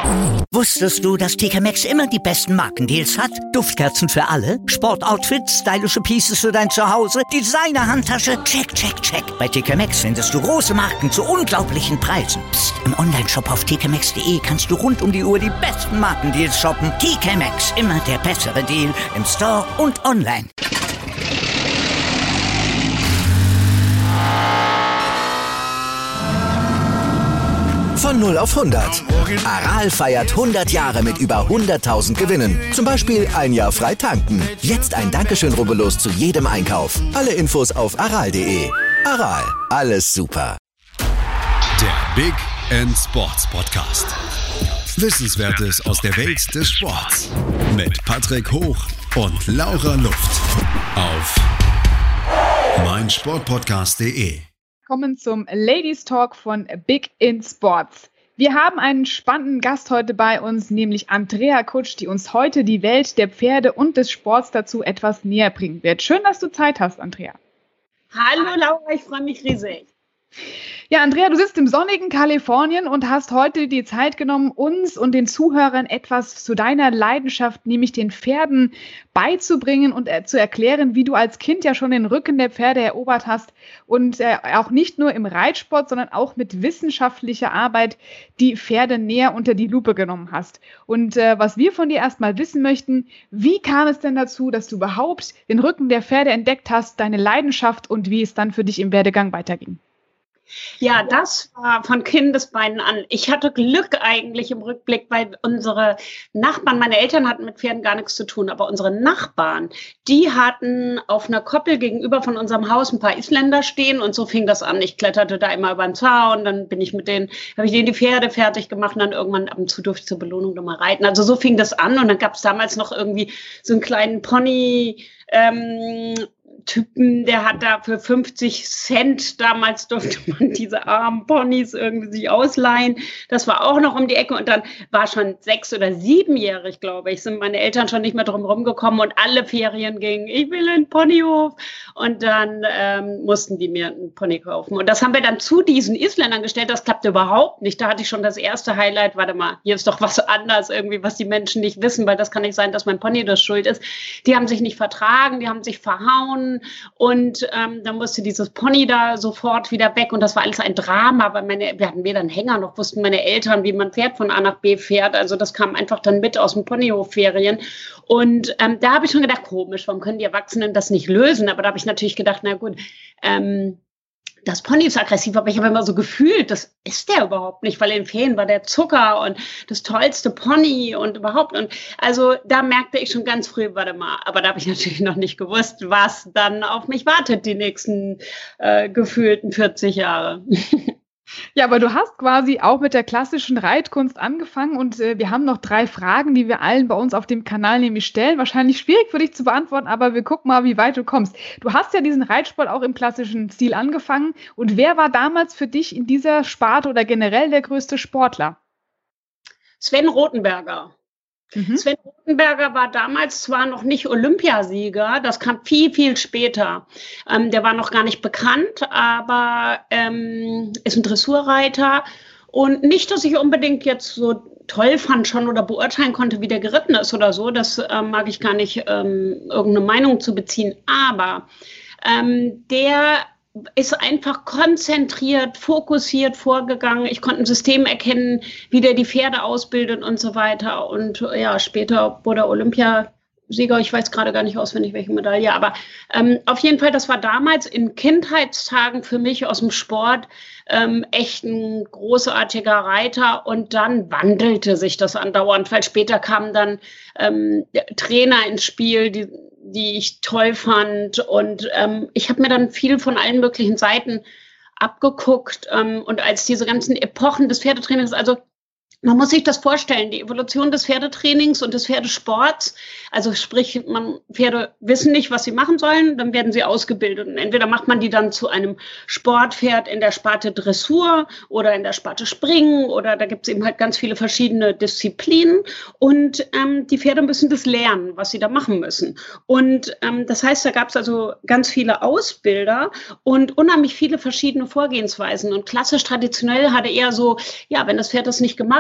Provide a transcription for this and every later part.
Wusstest du, dass TK Maxx immer die besten Markendeals hat? Duftkerzen für alle, Sportoutfits, stylische Pieces für dein Zuhause, Designer-Handtasche, check, check, check. Bei TK Maxx findest du große Marken zu unglaublichen Preisen. Psst. Im Onlineshop auf tkmaxx.de kannst du rund um die Uhr die besten Markendeals shoppen. TK Maxx, immer der bessere Deal im Store und online. Von 0 auf 100. Aral feiert 100 Jahre mit über 100.000 Gewinnen. Zum Beispiel ein Jahr frei tanken. Jetzt ein Dankeschön, rubbellos zu jedem Einkauf. Alle Infos auf aral.de. Aral, alles super. Der Big End Sports Podcast. Wissenswertes aus der Welt des Sports. Mit Patrick Hoch und Laura Luft. Auf meinsportpodcast.de. Willkommen zum Ladies Talk von Big in Sports. Wir haben einen spannenden Gast heute bei uns, nämlich Andrea Kutsch, die uns heute die Welt der Pferde und des Sports dazu etwas näher bringen wird. Schön, dass du Zeit hast, Andrea. Hallo Laura, ich freue mich riesig. Ja, Andrea, du sitzt im sonnigen Kalifornien und hast heute die Zeit genommen, uns und den Zuhörern etwas zu deiner Leidenschaft, nämlich den Pferden, beizubringen und zu erklären, wie du als Kind ja schon den Rücken der Pferde erobert hast und auch nicht nur im Reitsport, sondern auch mit wissenschaftlicher Arbeit die Pferde näher unter die Lupe genommen hast. Und was wir von dir erstmal wissen möchten, wie kam es denn dazu, dass du überhaupt den Rücken der Pferde entdeckt hast, deine Leidenschaft und wie es dann für dich im Werdegang weiterging? Ja, das war von Kindesbeinen an. Ich hatte Glück eigentlich im Rückblick, weil unsere Nachbarn, meine Eltern hatten mit Pferden gar nichts zu tun, aber unsere Nachbarn, die hatten auf einer Koppel gegenüber von unserem Haus ein paar Isländer stehen und so fing das an. Ich kletterte da immer über den Zaun, dann bin ich habe ich denen die Pferde fertig gemacht und dann irgendwann ab und zu durfte ich zur Belohnung nochmal reiten. Also so fing das an und dann gab es damals noch irgendwie so einen kleinen Pony, Typen, der hat da für 50 Cent, damals durfte man diese armen Ponys irgendwie sich ausleihen. Das war auch noch um die Ecke und dann war schon 6- oder 7-jährig, glaube ich, sind meine Eltern schon nicht mehr drum rumgekommen und alle Ferien gingen, ich will einen Ponyhof und dann mussten die mir einen Pony kaufen. Und das haben wir dann zu diesen Isländern gestellt, das klappte überhaupt nicht. Da hatte ich schon das erste Highlight, warte mal, hier ist doch was anders irgendwie, was die Menschen nicht wissen, weil das kann nicht sein, dass mein Pony das schuld ist. Die haben sich nicht vertragen, die haben sich verhauen. Und dann musste dieses Pony da sofort wieder weg und das war alles ein Drama, weil wir hatten weder einen Hänger noch wussten meine Eltern, wie man Pferd von A nach B fährt. Also das kam einfach dann mit aus dem Ponyhofferien. Und da habe ich schon gedacht, komisch, warum können die Erwachsenen das nicht lösen? Aber da habe ich natürlich gedacht, na gut, das Pony ist aggressiv, aber ich habe immer so gefühlt, das ist der überhaupt nicht, weil in Ferien war der Zucker und das tollste Pony und überhaupt. Und also da merkte ich schon ganz früh, warte mal, aber da habe ich natürlich noch nicht gewusst, was dann auf mich wartet, die nächsten gefühlten 40 Jahre. Ja, aber du hast quasi auch mit der klassischen Reitkunst angefangen und wir haben noch 3 Fragen, die wir allen bei uns auf dem Kanal nämlich stellen. Wahrscheinlich schwierig für dich zu beantworten, aber wir gucken mal, wie weit du kommst. Du hast ja diesen Reitsport auch im klassischen Stil angefangen und wer war damals für dich in dieser Sparte oder generell der größte Sportler? Sven Rothenberger. Sven Rothenberger war damals zwar noch nicht Olympiasieger, das kam viel, viel später. Der war noch gar nicht bekannt, aber ist ein Dressurreiter. Und nicht, dass ich unbedingt jetzt so toll fand schon oder beurteilen konnte, wie der geritten ist oder so. Das mag ich gar nicht, irgendeine Meinung zu beziehen. Aber der ist einfach konzentriert, fokussiert vorgegangen. Ich konnte ein System erkennen, wie der die Pferde ausbildet und so weiter. Und ja, später wurde er Olympiasieger. Ich weiß gerade gar nicht auswendig, welche Medaille. Aber auf jeden Fall, das war damals in Kindheitstagen für mich aus dem Sport echt ein großartiger Reiter. Und dann wandelte sich das andauernd, weil später kamen dann Trainer ins Spiel, die ich toll fand. Und ich habe mir dann viel von allen möglichen Seiten abgeguckt. Und als diese ganzen Epochen des Pferdetrainings, also man muss sich das vorstellen, die Evolution des Pferdetrainings und des Pferdesports, also sprich, Pferde wissen nicht, was sie machen sollen, dann werden sie ausgebildet. Und entweder macht man die dann zu einem Sportpferd in der Sparte Dressur oder in der Sparte Springen oder da gibt es eben halt ganz viele verschiedene Disziplinen und die Pferde müssen das lernen, was sie da machen müssen. Und das heißt, da gab es also ganz viele Ausbilder und unheimlich viele verschiedene Vorgehensweisen. Und klassisch traditionell hatte eher so, ja, wenn das Pferd das nicht gemacht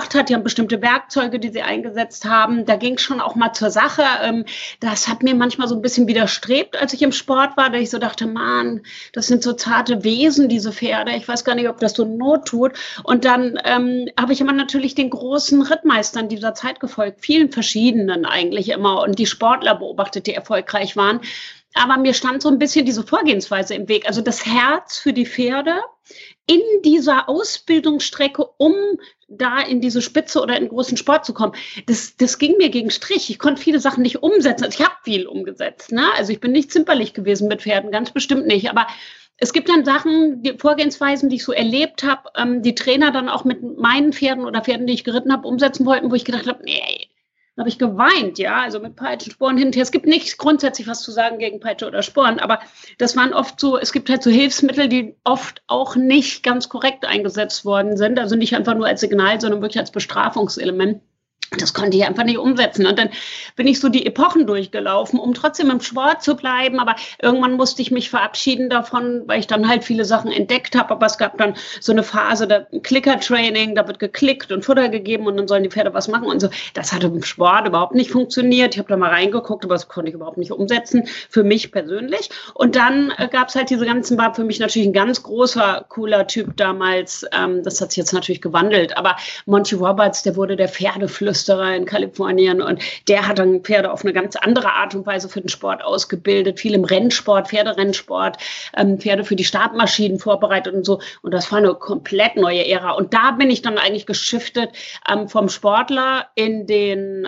gebracht hat. Die haben bestimmte Werkzeuge, die sie eingesetzt haben. Da ging es schon auch mal zur Sache. Das hat mir manchmal so ein bisschen widerstrebt, als ich im Sport war, da ich so dachte, Mann, das sind so zarte Wesen, diese Pferde. Ich weiß gar nicht, ob das so Not tut. Und dann habe ich immer natürlich den großen Rittmeistern dieser Zeit gefolgt, vielen verschiedenen eigentlich immer, und die Sportler beobachtet, die erfolgreich waren. Aber mir stand so ein bisschen diese Vorgehensweise im Weg. Also das Herz für die Pferde in dieser Ausbildungsstrecke, um da in diese Spitze oder in den großen Sport zu kommen, das ging mir gegen Strich. Ich konnte viele Sachen nicht umsetzen. Also ich habe viel umgesetzt, ne? Also ich bin nicht zimperlich gewesen mit Pferden, ganz bestimmt nicht. Aber es gibt dann Sachen, die Vorgehensweisen, die ich so erlebt habe, die Trainer dann auch mit meinen Pferden oder Pferden, die ich geritten habe, umsetzen wollten, wo ich gedacht habe, nee, da habe ich geweint, ja, also mit Peitschen, Sporen hinterher. Es gibt nichts grundsätzlich was zu sagen gegen Peitsche oder Sporen, aber das waren oft so, es gibt halt so Hilfsmittel, die oft auch nicht ganz korrekt eingesetzt worden sind, also nicht einfach nur als Signal, sondern wirklich als Bestrafungselement. Das konnte ich einfach nicht umsetzen. Und dann bin ich so die Epochen durchgelaufen, um trotzdem im Sport zu bleiben. Aber irgendwann musste ich mich verabschieden davon, weil ich dann halt viele Sachen entdeckt habe. Aber es gab dann so eine Phase der Clicker-Training, da wird geklickt und Futter gegeben und dann sollen die Pferde was machen und so. Das hat im Sport überhaupt nicht funktioniert. Ich habe da mal reingeguckt, aber das konnte ich überhaupt nicht umsetzen, für mich persönlich. Und dann gab es halt diese ganzen, war für mich natürlich ein ganz großer, cooler Typ damals. Das hat sich jetzt natürlich gewandelt. Aber Monty Roberts, der wurde der Pferdeflüsterer in Kalifornien, und der hat dann Pferde auf eine ganz andere Art und Weise für den Sport ausgebildet, viel im Rennsport, Pferderennsport, Pferde für die Startmaschinen vorbereitet und so, und das war eine komplett neue Ära, und da bin ich dann eigentlich geschiftet vom Sportler in den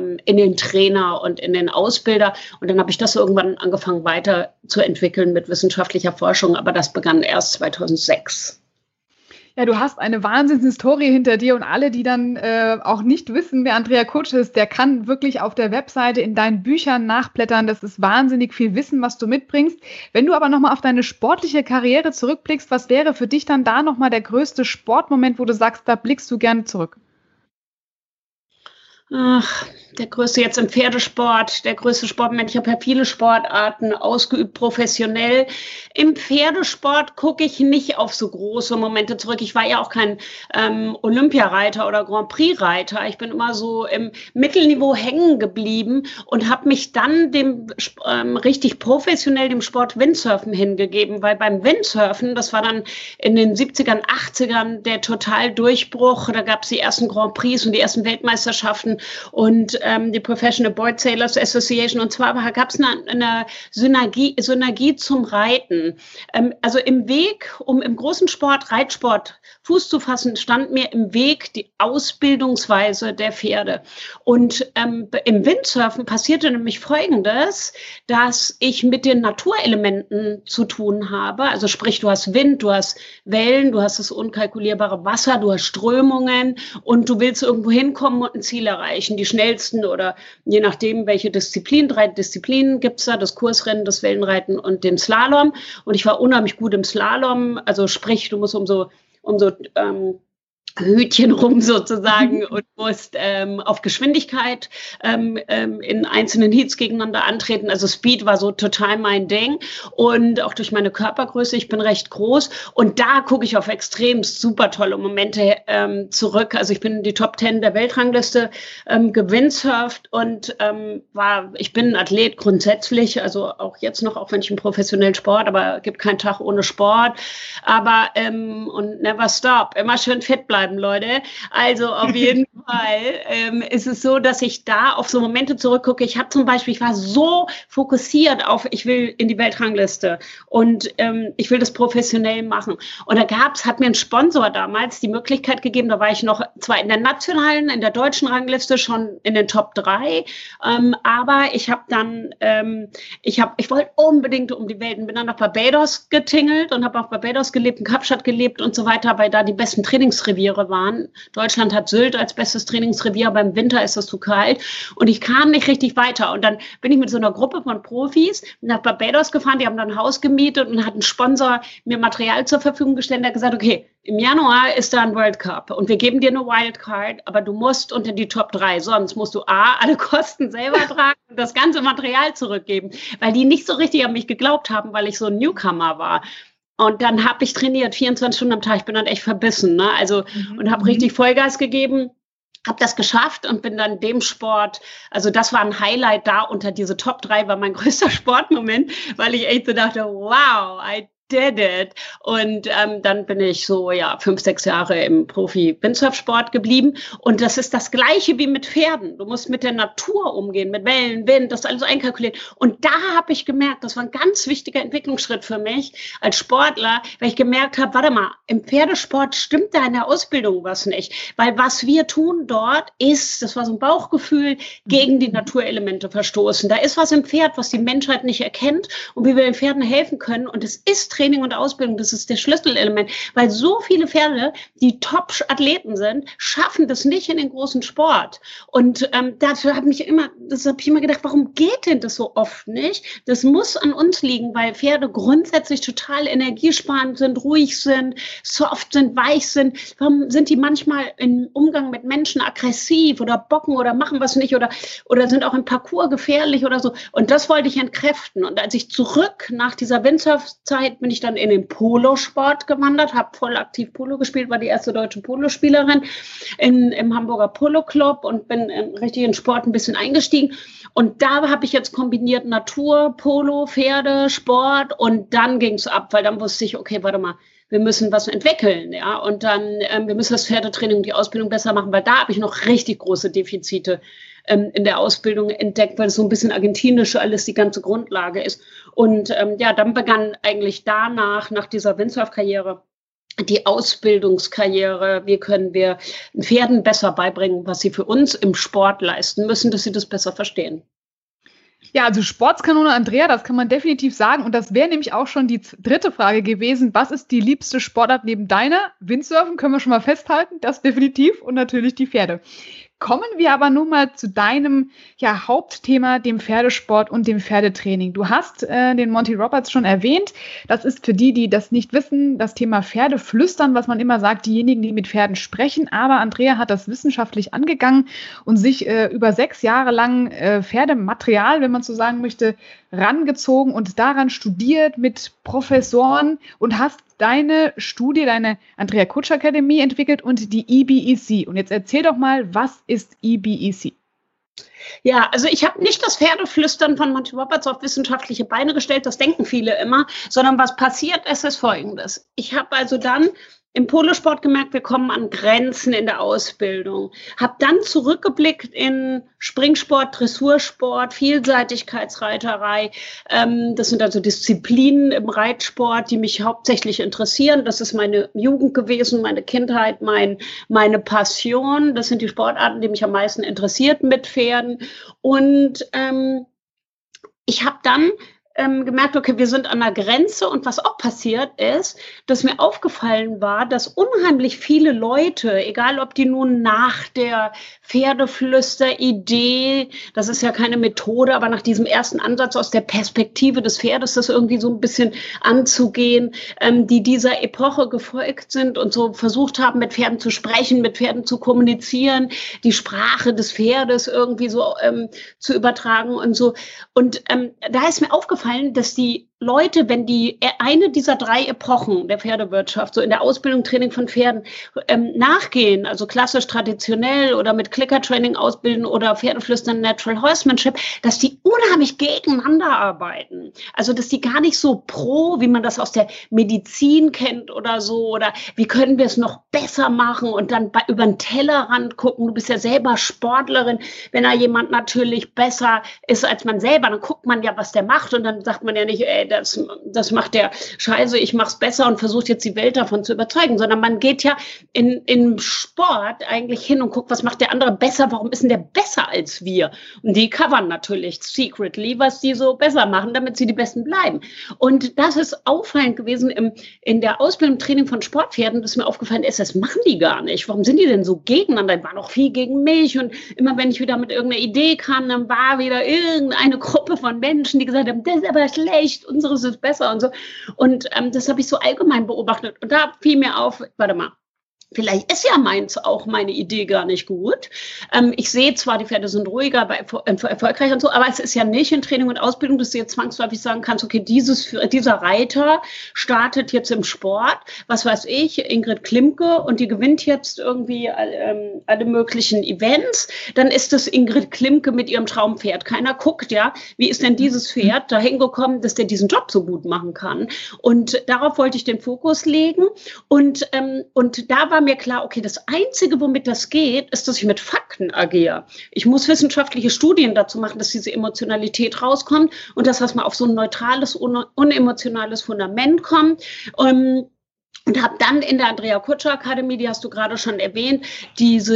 Trainer und in den Ausbilder, und dann habe ich das irgendwann angefangen weiterzuentwickeln mit wissenschaftlicher Forschung, aber das begann erst 2006. Ja, du hast eine Wahnsinnshistorie hinter dir, und alle, die dann auch nicht wissen, wer Andrea Kutsch ist, der kann wirklich auf der Webseite in deinen Büchern nachblättern. Das ist wahnsinnig viel Wissen, was du mitbringst. Wenn du aber nochmal auf deine sportliche Karriere zurückblickst, was wäre für dich dann da nochmal der größte Sportmoment, wo du sagst, da blickst du gerne zurück? Ach, der größte jetzt im Pferdesport, der größte Sportmoment. Ich habe ja viele Sportarten ausgeübt, professionell. Im Pferdesport gucke ich nicht auf so große Momente zurück. Ich war ja auch kein Olympiareiter oder Grand Prix-Reiter. Ich bin immer so im Mittelniveau hängen geblieben und habe mich dann dem richtig professionell dem Sport Windsurfen hingegeben, weil beim Windsurfen, das war dann in den 70ern, 80ern der Totaldurchbruch. Da gab es die ersten Grand Prix und die ersten Weltmeisterschaften und die Professional Board Sailors Association, und zwar gab es eine Synergie zum Reiten. Also im Weg, um im großen Sport, Reitsport, Fuß zu fassen, stand mir im Weg die Ausbildungsweise der Pferde. Und im Windsurfen passierte nämlich Folgendes, dass ich mit den Naturelementen zu tun habe. Also sprich, du hast Wind, du hast Wellen, du hast das unkalkulierbare Wasser, du hast Strömungen und du willst irgendwo hinkommen und ein Ziel erreichen. Die schnellsten oder je nachdem, welche Disziplin, 3 Disziplinen gibt's da, das Kursrennen, das Wellenreiten und den Slalom. Und ich war unheimlich gut im Slalom. Also sprich, du musst um so Hütchen rum sozusagen und musst auf Geschwindigkeit in einzelnen Heats gegeneinander antreten. Also Speed war so total mein Ding, und auch durch meine Körpergröße, ich bin recht groß, und da gucke ich auf extrem super tolle Momente zurück. Also ich bin in die Top 10 der Weltrangliste gewindsurft und ich bin ein Athlet grundsätzlich, also auch jetzt noch, auch wenn ich im professionellen Sport, aber gibt keinen Tag ohne Sport, aber und never stop, immer schön fit bleiben, Leute. Also auf jeden Fall ist es so, dass ich da auf so Momente zurückgucke. Ich war so fokussiert auf, ich will in die Weltrangliste und ich will das professionell machen. Und hat mir ein Sponsor damals die Möglichkeit gegeben, da war ich noch zwar in der nationalen, in der deutschen Rangliste schon in den Top 3, aber ich habe dann, ich wollte unbedingt um die Welt und bin dann nach Barbados getingelt und habe auf Barbados gelebt, in Kapstadt gelebt und so weiter, weil da die besten Trainingsreviere waren. Deutschland hat Sylt als bestes Trainingsrevier, aber im Winter ist das zu kalt und ich kam nicht richtig weiter. Und dann bin ich mit so einer Gruppe von Profis nach Barbados gefahren, die haben dann ein Haus gemietet und hat ein Sponsor mir Material zur Verfügung gestellt, der hat gesagt, okay, im Januar ist da ein World Cup und wir geben dir eine Wildcard, aber du musst unter die Top 3, sonst musst du alle Kosten selber tragen und das ganze Material zurückgeben, weil die nicht so richtig an mich geglaubt haben, weil ich so ein Newcomer war. Und dann habe ich trainiert, 24 Stunden am Tag. Ich bin dann echt verbissen, ne? Also, und habe richtig Vollgas gegeben. habe das geschafft und bin dann dem Sport, also das war ein Highlight da unter diese Top 3, war mein größter Sportmoment, weil ich echt so dachte, wow, I did it. Und dann bin ich so 5, 6 Jahre im Profi-Windsurfsport geblieben. Und das ist das Gleiche wie mit Pferden. Du musst mit der Natur umgehen, mit Wellen, Wind, das alles einkalkuliert. Und da habe ich gemerkt, das war ein ganz wichtiger Entwicklungsschritt für mich als Sportler, weil ich gemerkt habe, warte mal, im Pferdesport stimmt da in der Ausbildung was nicht. Weil was wir tun dort ist, das war so ein Bauchgefühl, gegen die Naturelemente verstoßen. Da ist was im Pferd, was die Menschheit nicht erkennt und wie wir den Pferden helfen können. Und es ist Training und Ausbildung, das ist der Schlüsselelement, weil so viele Pferde, die Top-Athleten sind, schaffen das nicht in den großen Sport. Und dafür habe ich immer gedacht, warum geht denn das so oft nicht? Das muss an uns liegen, weil Pferde grundsätzlich total energiesparend sind, ruhig sind, soft sind, weich sind. Warum sind die manchmal im Umgang mit Menschen aggressiv oder bocken oder machen was nicht oder sind auch im Parcours gefährlich oder so? Und das wollte ich entkräften. Und als ich zurück nach dieser Windsurf-Zeit bin ich dann in den Polosport gewandert, habe voll aktiv Polo gespielt, war die erste deutsche Polospielerin im Hamburger Polo Club und bin richtig in Sport ein bisschen eingestiegen. Und da habe ich jetzt kombiniert Natur, Polo, Pferde, Sport und dann ging es ab, weil dann wusste ich, okay, warte mal, wir müssen was entwickeln, ja, und dann, wir müssen das Pferdetraining und die Ausbildung besser machen, weil da habe ich noch richtig große Defizite in der Ausbildung entdeckt, weil es so ein bisschen argentinisch alles die ganze Grundlage ist. Und dann begann eigentlich danach, nach dieser Windsurf-Karriere, die Ausbildungskarriere. Wie können wir Pferden besser beibringen, was sie für uns im Sport leisten müssen, dass sie das besser verstehen? Ja, also Sportskanone Andrea, das kann man definitiv sagen. Und das wäre nämlich auch schon die dritte Frage gewesen. Was ist die liebste Sportart neben deiner? Windsurfen können wir schon mal festhalten, das definitiv. Und natürlich die Pferde. Kommen wir aber nun mal zu deinem Hauptthema, dem Pferdesport und dem Pferdetraining. Du hast den Monty Roberts schon erwähnt. Das ist für die das nicht wissen, das Thema Pferdeflüstern, was man immer sagt, diejenigen, die mit Pferden sprechen. Aber Andrea hat das wissenschaftlich angegangen und sich über 6 Jahre lang Pferdematerial, wenn man so sagen möchte, rangezogen und daran studiert mit Professoren und hast deine Studie, deine Andrea Kutsch Akademie entwickelt und die EBEC. Und jetzt erzähl doch mal, was ist EBEC? Ja, also ich habe nicht das Pferdeflüstern von Monty Roberts auf wissenschaftliche Beine gestellt, das denken viele immer, sondern was passiert ist Folgendes. Ich habe also dann im Polosport gemerkt, wir kommen an Grenzen in der Ausbildung. Habe dann zurückgeblickt in Springsport, Dressursport, Vielseitigkeitsreiterei. Das sind also Disziplinen im Reitsport, die mich hauptsächlich interessieren. Das ist meine Jugend gewesen, meine Kindheit, meine Passion. Das sind die Sportarten, die mich am meisten interessiert mit Pferden. Und ich habe dann gemerkt, okay, wir sind an der Grenze und was auch passiert ist, dass mir aufgefallen war, dass unheimlich viele Leute, egal ob die nun nach der Pferdeflüster-Idee, das ist ja keine Methode, aber nach diesem ersten Ansatz aus der Perspektive des Pferdes, das irgendwie so ein bisschen anzugehen, die dieser Epoche gefolgt sind und so versucht haben, mit Pferden zu sprechen, mit Pferden zu kommunizieren, die Sprache des Pferdes irgendwie so zu übertragen und so. Und da ist mir aufgefallen, dass die Leute, wenn die eine dieser 3 Epochen der Pferdewirtschaft, so in der Ausbildung, Training von Pferden, nachgehen, also klassisch traditionell oder mit Clicker-Training ausbilden oder Pferdeflüstern, Natural Horsemanship, dass die unheimlich gegeneinander arbeiten. Also, dass die gar nicht so wie man das aus der Medizin kennt oder so, oder wie können wir es noch besser machen und dann über den Tellerrand gucken. Du bist ja selber Sportlerin. Wenn da jemand natürlich besser ist als man selber, dann guckt man ja, was der macht und dann sagt man ja nicht, das macht der scheiße, ich mach's besser und versucht jetzt die Welt davon zu überzeugen, sondern man geht ja im Sport eigentlich hin und guckt, was macht der andere besser, warum ist denn der besser als wir? Und die covern natürlich secretly, was die so besser machen, damit sie die Besten bleiben. Und das ist auffallend gewesen in der Ausbildung, Training von Sportpferden, dass mir aufgefallen ist, das machen die gar nicht. Warum sind die denn so gegeneinander? Die waren auch viel gegen mich und immer wenn ich wieder mit irgendeiner Idee kam, dann war wieder irgendeine Gruppe von Menschen, die gesagt haben, das ist aber schlecht, unseres ist besser und so. Und das habe ich so allgemein beobachtet. Und da fiel mir auf, warte mal, Vielleicht ist ja meine Idee gar nicht gut. Ich sehe zwar, die Pferde sind ruhiger, erfolgreich und so, aber es ist ja nicht in Training und Ausbildung, dass du jetzt zwangsläufig sagen kannst, okay, dieser Reiter startet jetzt im Sport, was weiß ich, Ingrid Klimke, und die gewinnt jetzt irgendwie alle möglichen Events. Dann ist das Ingrid Klimke mit ihrem Traumpferd. Keiner guckt, ja, wie ist denn dieses Pferd dahin gekommen, dass der diesen Job so gut machen kann. Und darauf wollte ich den Fokus legen. Und da war mir klar, okay, das Einzige, womit das geht, ist, dass ich mit Fakten agiere. Ich muss wissenschaftliche Studien dazu machen, dass diese Emotionalität rauskommt und dass das mal auf so ein neutrales, unemotionales Fundament kommt. Und habe dann in der Andrea Kutscher Akademie, die hast du gerade schon erwähnt, diese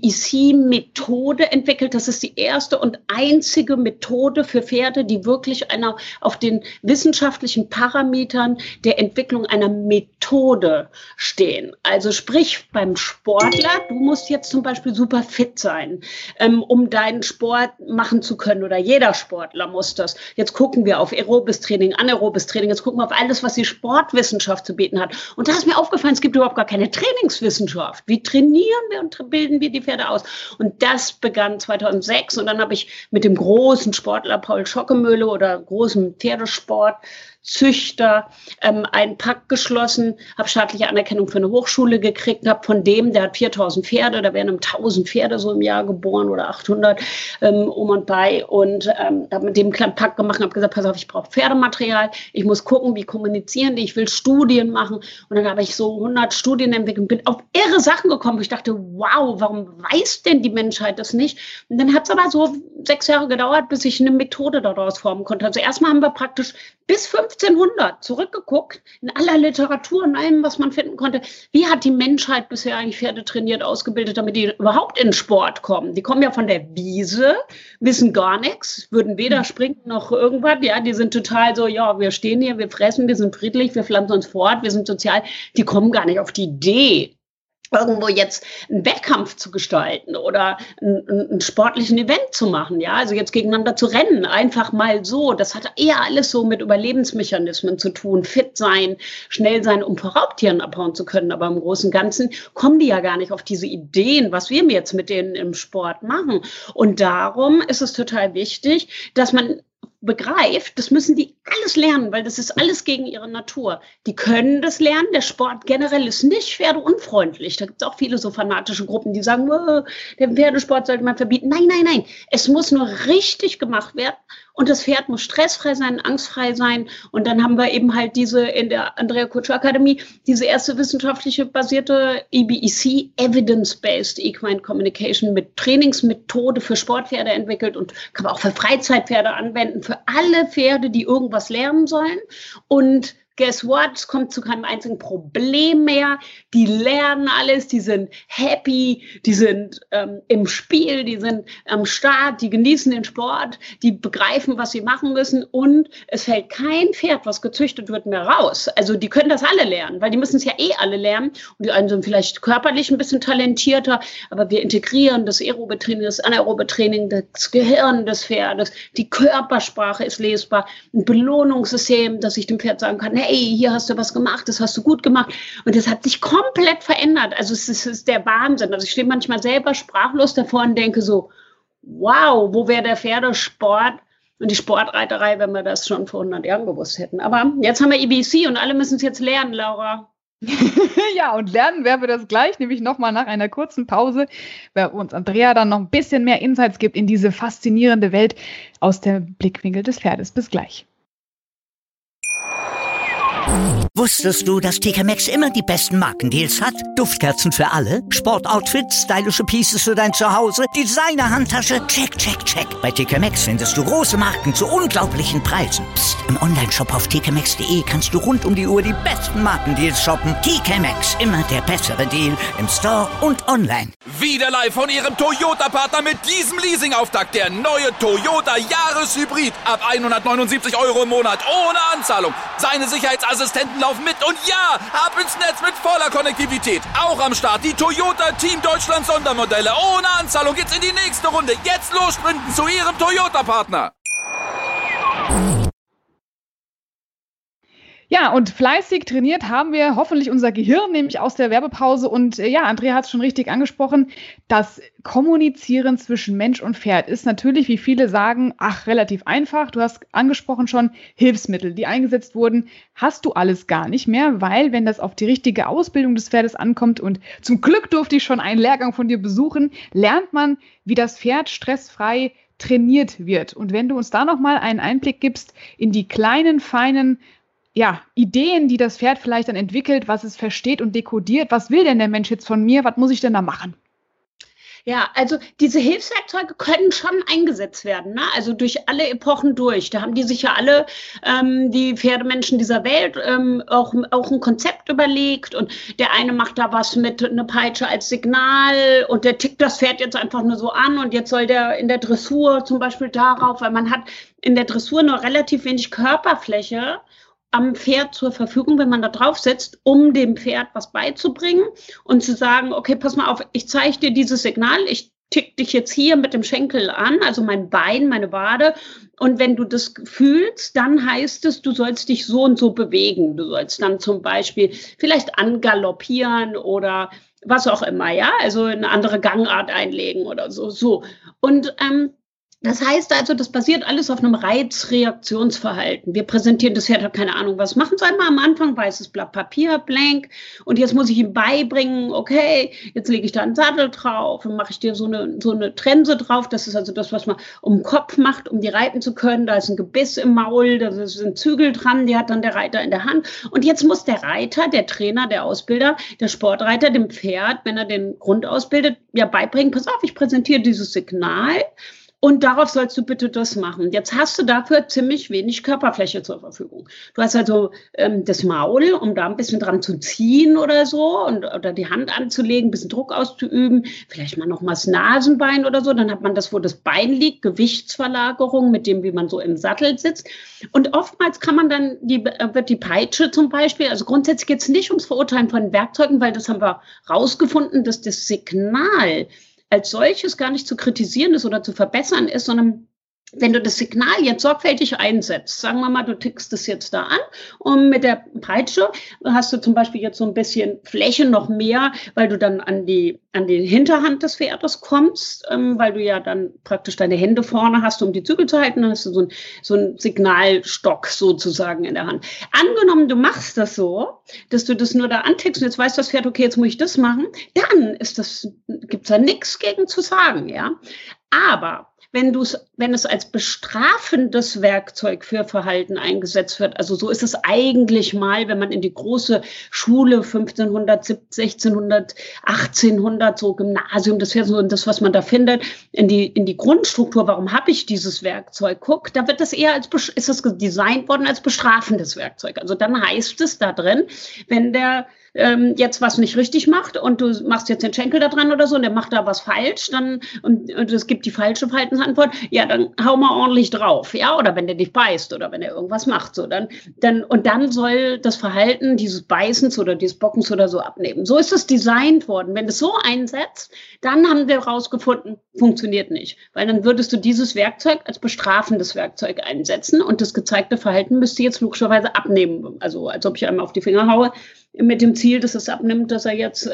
EBEC-Methode entwickelt. Das ist die erste und einzige Methode für Pferde, die wirklich auf den wissenschaftlichen Parametern der Entwicklung einer Methode stehen. Also sprich beim Sportler, du musst jetzt zum Beispiel super fit sein, um deinen Sport machen zu können, oder jeder Sportler muss das. Jetzt gucken wir auf aerobes Training, anaerobes Training, jetzt gucken wir auf alles, was die Sportwissenschaft zu bieten hat. Und da ist mir aufgefallen, es gibt überhaupt gar keine Trainingswissenschaft. Wie trainieren wir und bilden wir die Pferde aus? Und das begann 2006. Und dann habe ich mit dem großen Sportler Paul Schockemöhle oder großen Pferdesportzüchter einen Pakt geschlossen, habe staatliche Anerkennung für eine Hochschule gekriegt, habe von dem, der hat 4000 Pferde, da werden 1000 Pferde so im Jahr geboren oder 800 um und bei, und habe mit dem einen kleinen Pakt gemacht und habe gesagt, pass auf, ich brauche Pferdematerial, ich muss gucken, wie kommunizieren die, ich will Studien machen, und dann habe ich so 100 Studien entwickelt und bin auf irre Sachen gekommen, wo ich dachte, wow, warum weiß denn die Menschheit das nicht? Und dann hat es aber so 6 Jahre gedauert, bis ich eine Methode daraus formen konnte. Also erstmal haben wir praktisch bis 1500 zurückgeguckt, in aller Literatur und allem, was man finden konnte. Wie hat die Menschheit bisher eigentlich Pferde trainiert, ausgebildet, damit die überhaupt in den Sport kommen? Die kommen ja von der Wiese, wissen gar nichts, würden weder springen noch irgendwas. Ja, die sind total so, ja, wir stehen hier, wir fressen, wir sind friedlich, wir pflanzen uns fort, wir sind sozial. Die kommen gar nicht auf die Idee, irgendwo jetzt einen Wettkampf zu gestalten oder einen sportlichen Event zu machen, ja, also jetzt gegeneinander zu rennen, einfach mal so. Das hat eher alles so mit Überlebensmechanismen zu tun, fit sein, schnell sein, um vor Raubtieren abhauen zu können. Aber im Großen und Ganzen kommen die ja gar nicht auf diese Ideen, was wir jetzt mit denen im Sport machen. Und darum ist es total wichtig, dass man begreift, das müssen die alles lernen, weil das ist alles gegen ihre Natur. Die können das lernen. Der Sport generell ist nicht pferdeunfreundlich. Da gibt es auch viele so fanatische Gruppen, die sagen, den Pferdesport sollte man verbieten. Nein, nein, nein. Es muss nur richtig gemacht werden. Und das Pferd muss stressfrei sein, angstfrei sein. Und dann haben wir eben halt in der Andrea Kutscher Akademie, diese erste wissenschaftliche basierte EBEC, Evidence-Based Equine Communication, mit Trainingsmethode für Sportpferde entwickelt und kann man auch für Freizeitpferde anwenden, für alle Pferde, die irgendwas lernen sollen. Und guess what? Es kommt zu keinem einzigen Problem mehr. Die lernen alles, die sind happy, die sind im Spiel, die sind am Start, die genießen den Sport, die begreifen, was sie machen müssen, und es fällt kein Pferd, was gezüchtet wird, mehr raus. Also die können das alle lernen, weil die müssen es ja alle lernen, und die einen sind vielleicht körperlich ein bisschen talentierter, aber wir integrieren das aerobe Training, das anaerobe Training, das Gehirn des Pferdes, die Körpersprache ist lesbar, ein Belohnungssystem, dass ich dem Pferd sagen kann, hey, hier hast du was gemacht, das hast du gut gemacht. Und das hat sich komplett verändert. Also es ist der Wahnsinn. Also ich stehe manchmal selber sprachlos davor und denke so, wow, wo wäre der Pferdesport und die Sportreiterei, wenn wir das schon vor 100 Jahren gewusst hätten. Aber jetzt haben wir EBEC und alle müssen es jetzt lernen, Laura. Ja, und lernen werden wir das gleich, nämlich nochmal nach einer kurzen Pause, weil uns Andrea dann noch ein bisschen mehr Insights gibt in diese faszinierende Welt aus dem Blickwinkel des Pferdes. Bis gleich. Wusstest du, dass TK Maxx immer die besten Markendeals hat? Duftkerzen für alle, Sportoutfits, stylische Pieces für dein Zuhause, Designer-Handtasche, check, check, check. Bei TK Maxx findest du große Marken zu unglaublichen Preisen. Psst. Im Onlineshop auf tkmaxx.de kannst du rund um die Uhr die besten Markendeals shoppen. TK Maxx, immer der bessere Deal im Store und online. Wieder live von ihrem Toyota-Partner mit diesem Leasing-Auftakt. Der neue Toyota Jahreshybrid. Ab 179 € im Monat, ohne Anzahlung. Seine Sicherheitsassistenten laufen mit und ja, ab ins Netz mit voller Konnektivität. Auch am Start die Toyota Team Deutschland Sondermodelle. Ohne Anzahlung geht's in die nächste Runde. Jetzt los sprinten zu Ihrem Toyota-Partner. Ja, und fleißig trainiert haben wir hoffentlich unser Gehirn, nämlich aus der Werbepause. Und ja, Andrea hat es schon richtig angesprochen, das Kommunizieren zwischen Mensch und Pferd ist natürlich, wie viele sagen, relativ einfach. Du hast angesprochen schon Hilfsmittel, die eingesetzt wurden, hast du alles gar nicht mehr, weil wenn das auf die richtige Ausbildung des Pferdes ankommt, und zum Glück durfte ich schon einen Lehrgang von dir besuchen, lernt man, wie das Pferd stressfrei trainiert wird. Und wenn du uns da nochmal einen Einblick gibst in die kleinen, feinen Ideen, die das Pferd vielleicht dann entwickelt, was es versteht und dekodiert. Was will denn der Mensch jetzt von mir? Was muss ich denn da machen? Ja, also diese Hilfswerkzeuge können schon eingesetzt werden, ne? Also durch alle Epochen durch. Da haben die sich ja alle, die Pferdemenschen dieser Welt, auch ein Konzept überlegt. Und der eine macht da was mit einer Peitsche als Signal und der tickt das Pferd jetzt einfach nur so an. Und jetzt soll der in der Dressur zum Beispiel darauf, weil man hat in der Dressur nur relativ wenig Körperfläche am Pferd zur Verfügung, wenn man da drauf sitzt, um dem Pferd was beizubringen und zu sagen, okay, pass mal auf, ich zeige dir dieses Signal, ich tick dich jetzt hier mit dem Schenkel an, also mein Bein, meine Wade, und wenn du das fühlst, dann heißt es, du sollst dich so und so bewegen. Du sollst dann zum Beispiel vielleicht angaloppieren oder was auch immer, ja, also eine andere Gangart einlegen oder so. Und das heißt also, das basiert alles auf einem Reizreaktionsverhalten. Wir präsentieren das Pferd, hat keine Ahnung, was machen soll. Mal am Anfang weißes Blatt Papier, blank. Und jetzt muss ich ihm beibringen, okay, jetzt lege ich da einen Sattel drauf und mache ich dir so eine Trense drauf. Das ist also das, was man um den Kopf macht, um die reiten zu können. Da ist ein Gebiss im Maul, da sind Zügel dran, die hat dann der Reiter in der Hand. Und jetzt muss der Reiter, der Trainer, der Ausbilder, der Sportreiter dem Pferd, wenn er den Grund ausbildet, ja beibringen, pass auf, ich präsentiere dieses Signal. Und darauf sollst du bitte das machen. Jetzt hast du dafür ziemlich wenig Körperfläche zur Verfügung. Du hast also das Maul, um da ein bisschen dran zu ziehen oder so oder die Hand anzulegen, ein bisschen Druck auszuüben, vielleicht mal noch mal das Nasenbein oder so. Dann hat man das, wo das Bein liegt, Gewichtsverlagerung mit dem, wie man so im Sattel sitzt. Und oftmals kann man dann, wird die Peitsche zum Beispiel, also grundsätzlich geht es nicht ums Verurteilen von Werkzeugen, weil das haben wir rausgefunden, dass das Signal als solches gar nicht zu kritisieren ist oder zu verbessern ist, sondern wenn du das Signal jetzt sorgfältig einsetzt, sagen wir mal, du tickst es jetzt da an und mit der Peitsche hast du zum Beispiel jetzt so ein bisschen Fläche noch mehr, weil du dann an die Hinterhand des Pferdes kommst, weil du ja dann praktisch deine Hände vorne hast, um die Zügel zu halten, dann hast du so einen Signalstock sozusagen in der Hand. Angenommen, du machst das so, dass du das nur da antickst und jetzt weiß das Pferd, okay, jetzt muss ich das machen, dann gibt's da nichts gegen zu sagen, ja. Aber wenn es als bestrafendes Werkzeug für Verhalten eingesetzt wird, also so ist es eigentlich mal, wenn man in die große Schule 1500, 1600, 1800, so Gymnasium, das wäre so das, was man da findet, in die Grundstruktur, warum habe ich dieses Werkzeug, guck, da wird das eher ist das designt worden als bestrafendes Werkzeug. Also dann heißt es da drin, wenn der jetzt was nicht richtig macht und du machst jetzt den Schenkel da dran oder so und der macht da was falsch, dann und es gibt die falsche Verhaltensantwort, ja, dann hau mal ordentlich drauf, ja, oder wenn der dich beißt oder wenn er irgendwas macht, so, dann soll das Verhalten dieses Beißens oder dieses Bockens oder so abnehmen. So ist es designt worden. Wenn du es so einsetzt, dann haben wir herausgefunden, funktioniert nicht, weil dann würdest du dieses Werkzeug als bestrafendes Werkzeug einsetzen und das gezeigte Verhalten müsste jetzt logischerweise abnehmen, also als ob ich einem auf die Finger haue, mit dem Ziel, dass es abnimmt, dass er jetzt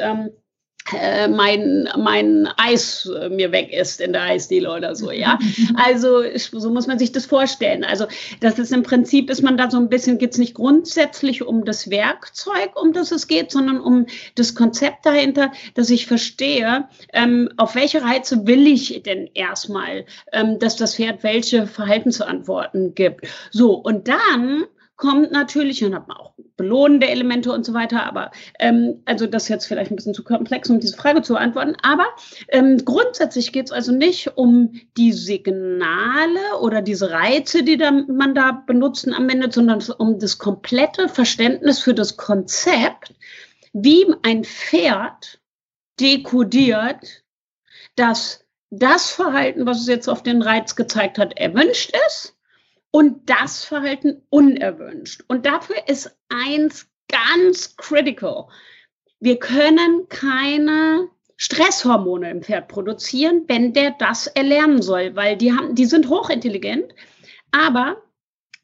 mein Eis mir weg ist in der Eisdiele oder so, ja. Also so muss man sich das vorstellen. Also das ist im Prinzip, geht es nicht grundsätzlich um das Werkzeug, um das es geht, sondern um das Konzept dahinter, dass ich verstehe, auf welche Reize will ich denn erstmal, dass das Pferd welche Verhaltensantworten gibt. So, und dann kommt natürlich, und hat man auch belohnende Elemente und so weiter, aber also das ist jetzt vielleicht ein bisschen zu komplex, um diese Frage zu beantworten, aber grundsätzlich geht es also nicht um die Signale oder diese Reize, die man da benutzen anwendet, sondern um das komplette Verständnis für das Konzept, wie ein Pferd dekodiert, dass das Verhalten, was es jetzt auf den Reiz gezeigt hat, erwünscht ist, und das Verhalten unerwünscht. Und dafür ist eins ganz critical. Wir können keine Stresshormone im Pferd produzieren, wenn der das erlernen soll, weil die sind hochintelligent, aber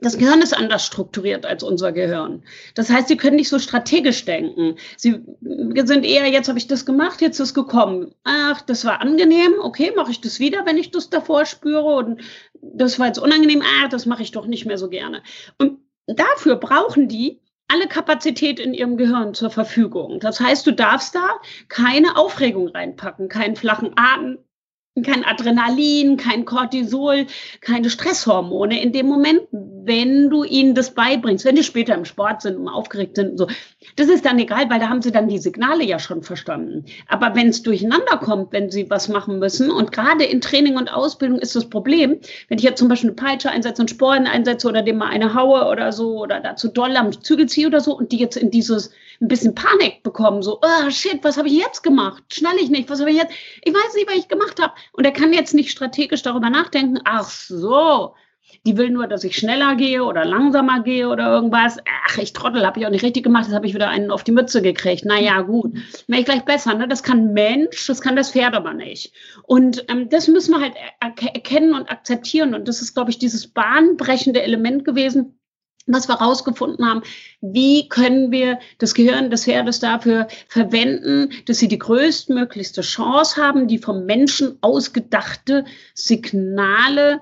Das Gehirn ist anders strukturiert als unser Gehirn. Das heißt, sie können nicht so strategisch denken. Sie sind eher, jetzt habe ich das gemacht, jetzt ist gekommen. Ach, das war angenehm, okay, mache ich das wieder, wenn ich das davor spüre. Und das war jetzt unangenehm, das mache ich doch nicht mehr so gerne. Und dafür brauchen die alle Kapazität in ihrem Gehirn zur Verfügung. Das heißt, du darfst da keine Aufregung reinpacken, keinen flachen Atem, kein Adrenalin, kein Cortisol, keine Stresshormone in dem Moment, wenn du ihnen das beibringst, wenn die später im Sport sind und aufgeregt sind und so. Das ist dann egal, weil da haben sie dann die Signale ja schon verstanden. Aber wenn es durcheinander kommt, wenn sie was machen müssen, und gerade in Training und Ausbildung ist das Problem, wenn ich jetzt zum Beispiel eine Peitsche einsetze, einen Sporen einsetze oder dem mal eine haue oder so oder dazu doll am Zügel ziehe oder so und die jetzt in dieses ein bisschen Panik bekommen, so, oh shit, was habe ich jetzt gemacht? Schnalle ich nicht, was habe ich jetzt? Ich weiß nicht, was ich gemacht habe. Und er kann jetzt nicht strategisch darüber nachdenken, ach so, die will nur, dass ich schneller gehe oder langsamer gehe oder irgendwas. Ach, ich Trottel, habe ich auch nicht richtig gemacht, jetzt habe ich wieder einen auf die Mütze gekriegt. Naja, gut, wäre ich gleich besser. Ne? Das kann Mensch, das kann das Pferd aber nicht. Und das müssen wir halt erkennen und akzeptieren. Und das ist, glaube ich, dieses bahnbrechende Element gewesen, was wir rausgefunden haben, wie können wir das Gehirn des Pferdes dafür verwenden, dass sie die größtmöglichste Chance haben, die vom Menschen ausgedachte Signale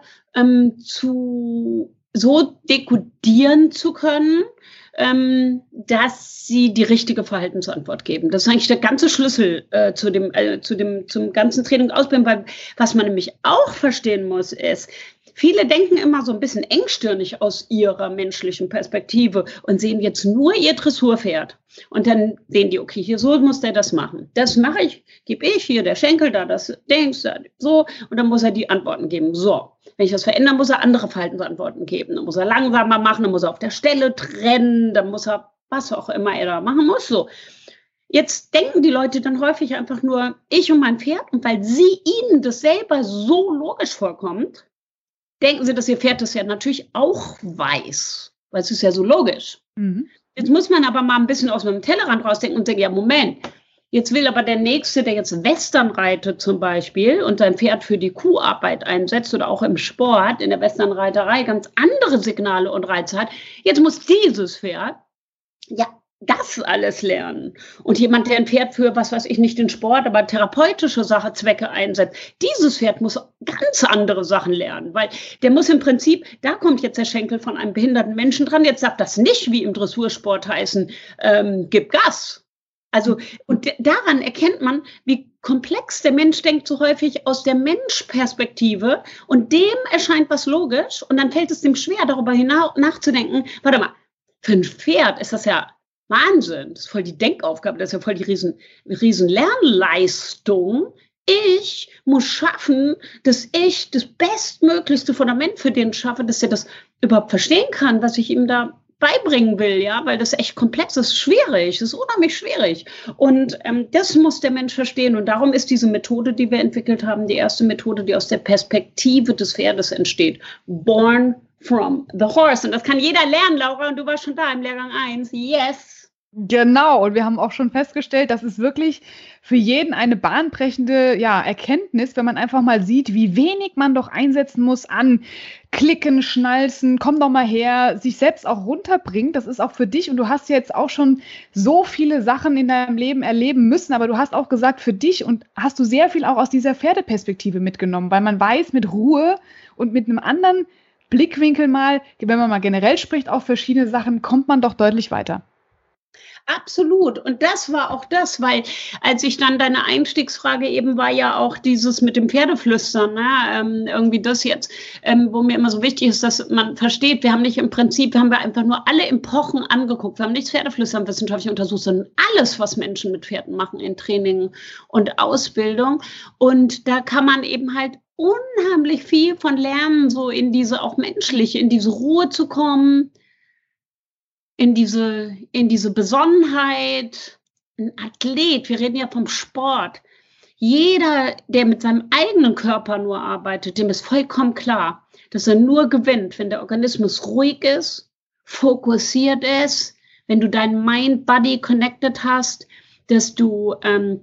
so dekodieren zu können, dass sie die richtige Verhaltensantwort geben. Das ist eigentlich der ganze Schlüssel zum ganzen Training und Ausbildung, weil was man nämlich auch verstehen muss, ist, viele denken immer so ein bisschen engstirnig aus ihrer menschlichen Perspektive und sehen jetzt nur ihr Dressurpferd. Und dann sehen die, okay, hier so muss der das machen. Das mache ich, gebe ich, hier der Schenkel, da das Dings, da so. Und dann muss er die Antworten geben. So, wenn ich das verändere, muss er andere Verhaltensantworten geben. Dann muss er langsamer machen, dann muss er auf der Stelle trennen, dann muss er, was auch immer er da machen muss, so. Jetzt denken die Leute dann häufig einfach nur, ich und mein Pferd. Und weil ihnen das selber so logisch vorkommt, denken sie, dass ihr Pferd das ja natürlich auch weiß, weil es ist ja so logisch. Mhm. Jetzt muss man aber mal ein bisschen aus dem Tellerrand rausdenken und sagen, ja, Moment, jetzt will aber der Nächste, der jetzt Western reitet zum Beispiel und sein Pferd für die Kuharbeit einsetzt oder auch im Sport, in der Westernreiterei ganz andere Signale und Reize hat, jetzt muss dieses Pferd ja das alles lernen. Und jemand, der ein Pferd für, was weiß ich, nicht den Sport, aber therapeutische Zwecke einsetzt, dieses Pferd muss ganz andere Sachen lernen, weil der muss im Prinzip, da kommt jetzt der Schenkel von einem behinderten Menschen dran, jetzt darf das nicht wie im Dressursport heißen, gib Gas. Also, und daran erkennt man, wie komplex der Mensch denkt so häufig aus der Menschperspektive und dem erscheint was logisch und dann fällt es dem schwer, darüber nachzudenken, warte mal, für ein Pferd ist das ja Wahnsinn, das ist voll die Denkaufgabe, das ist ja voll die riesen Lernleistung. Ich muss schaffen, dass ich das bestmöglichste Fundament für den schaffe, dass er das überhaupt verstehen kann, was ich ihm da beibringen will, ja, weil das echt komplex ist, schwierig, das ist unheimlich schwierig. Und das muss der Mensch verstehen. Und darum ist diese Methode, die wir entwickelt haben, die erste Methode, die aus der Perspektive des Pferdes entsteht. Born from the horse. Und das kann jeder lernen, Laura, und du warst schon da im Lehrgang 1. Yes. Genau, und wir haben auch schon festgestellt, das ist wirklich für jeden eine bahnbrechende Erkenntnis, wenn man einfach mal sieht, wie wenig man doch einsetzen muss an Klicken, Schnalzen, komm doch mal her, sich selbst auch runterbringt. Das ist auch für dich und du hast jetzt auch schon so viele Sachen in deinem Leben erleben müssen, aber du hast auch gesagt, für dich und hast du sehr viel auch aus dieser Pferdeperspektive mitgenommen, weil man weiß, mit Ruhe und mit einem anderen Blickwinkel mal, wenn man mal generell spricht, auf verschiedene Sachen, kommt man doch deutlich weiter. Absolut. Und das war auch das, weil als ich dann deine Einstiegsfrage eben war ja auch dieses mit dem Pferdeflüstern, ne? Irgendwie das jetzt, wo mir immer so wichtig ist, dass man versteht, wir haben nicht im Prinzip, haben wir einfach nur alle Epochen angeguckt. Wir haben nicht das Pferdeflüstern wissenschaftlich untersucht, sondern alles, was Menschen mit Pferden machen in Training und Ausbildung. Und da kann man eben halt unheimlich viel von lernen, so in diese auch menschliche, in diese Ruhe zu kommen, in diese Besonnenheit. Ein Athlet, wir reden ja vom Sport. Jeder, der mit seinem eigenen Körper nur arbeitet, dem ist vollkommen klar, dass er nur gewinnt, wenn der Organismus ruhig ist, fokussiert ist, wenn du dein Mind-Body connected hast, dass du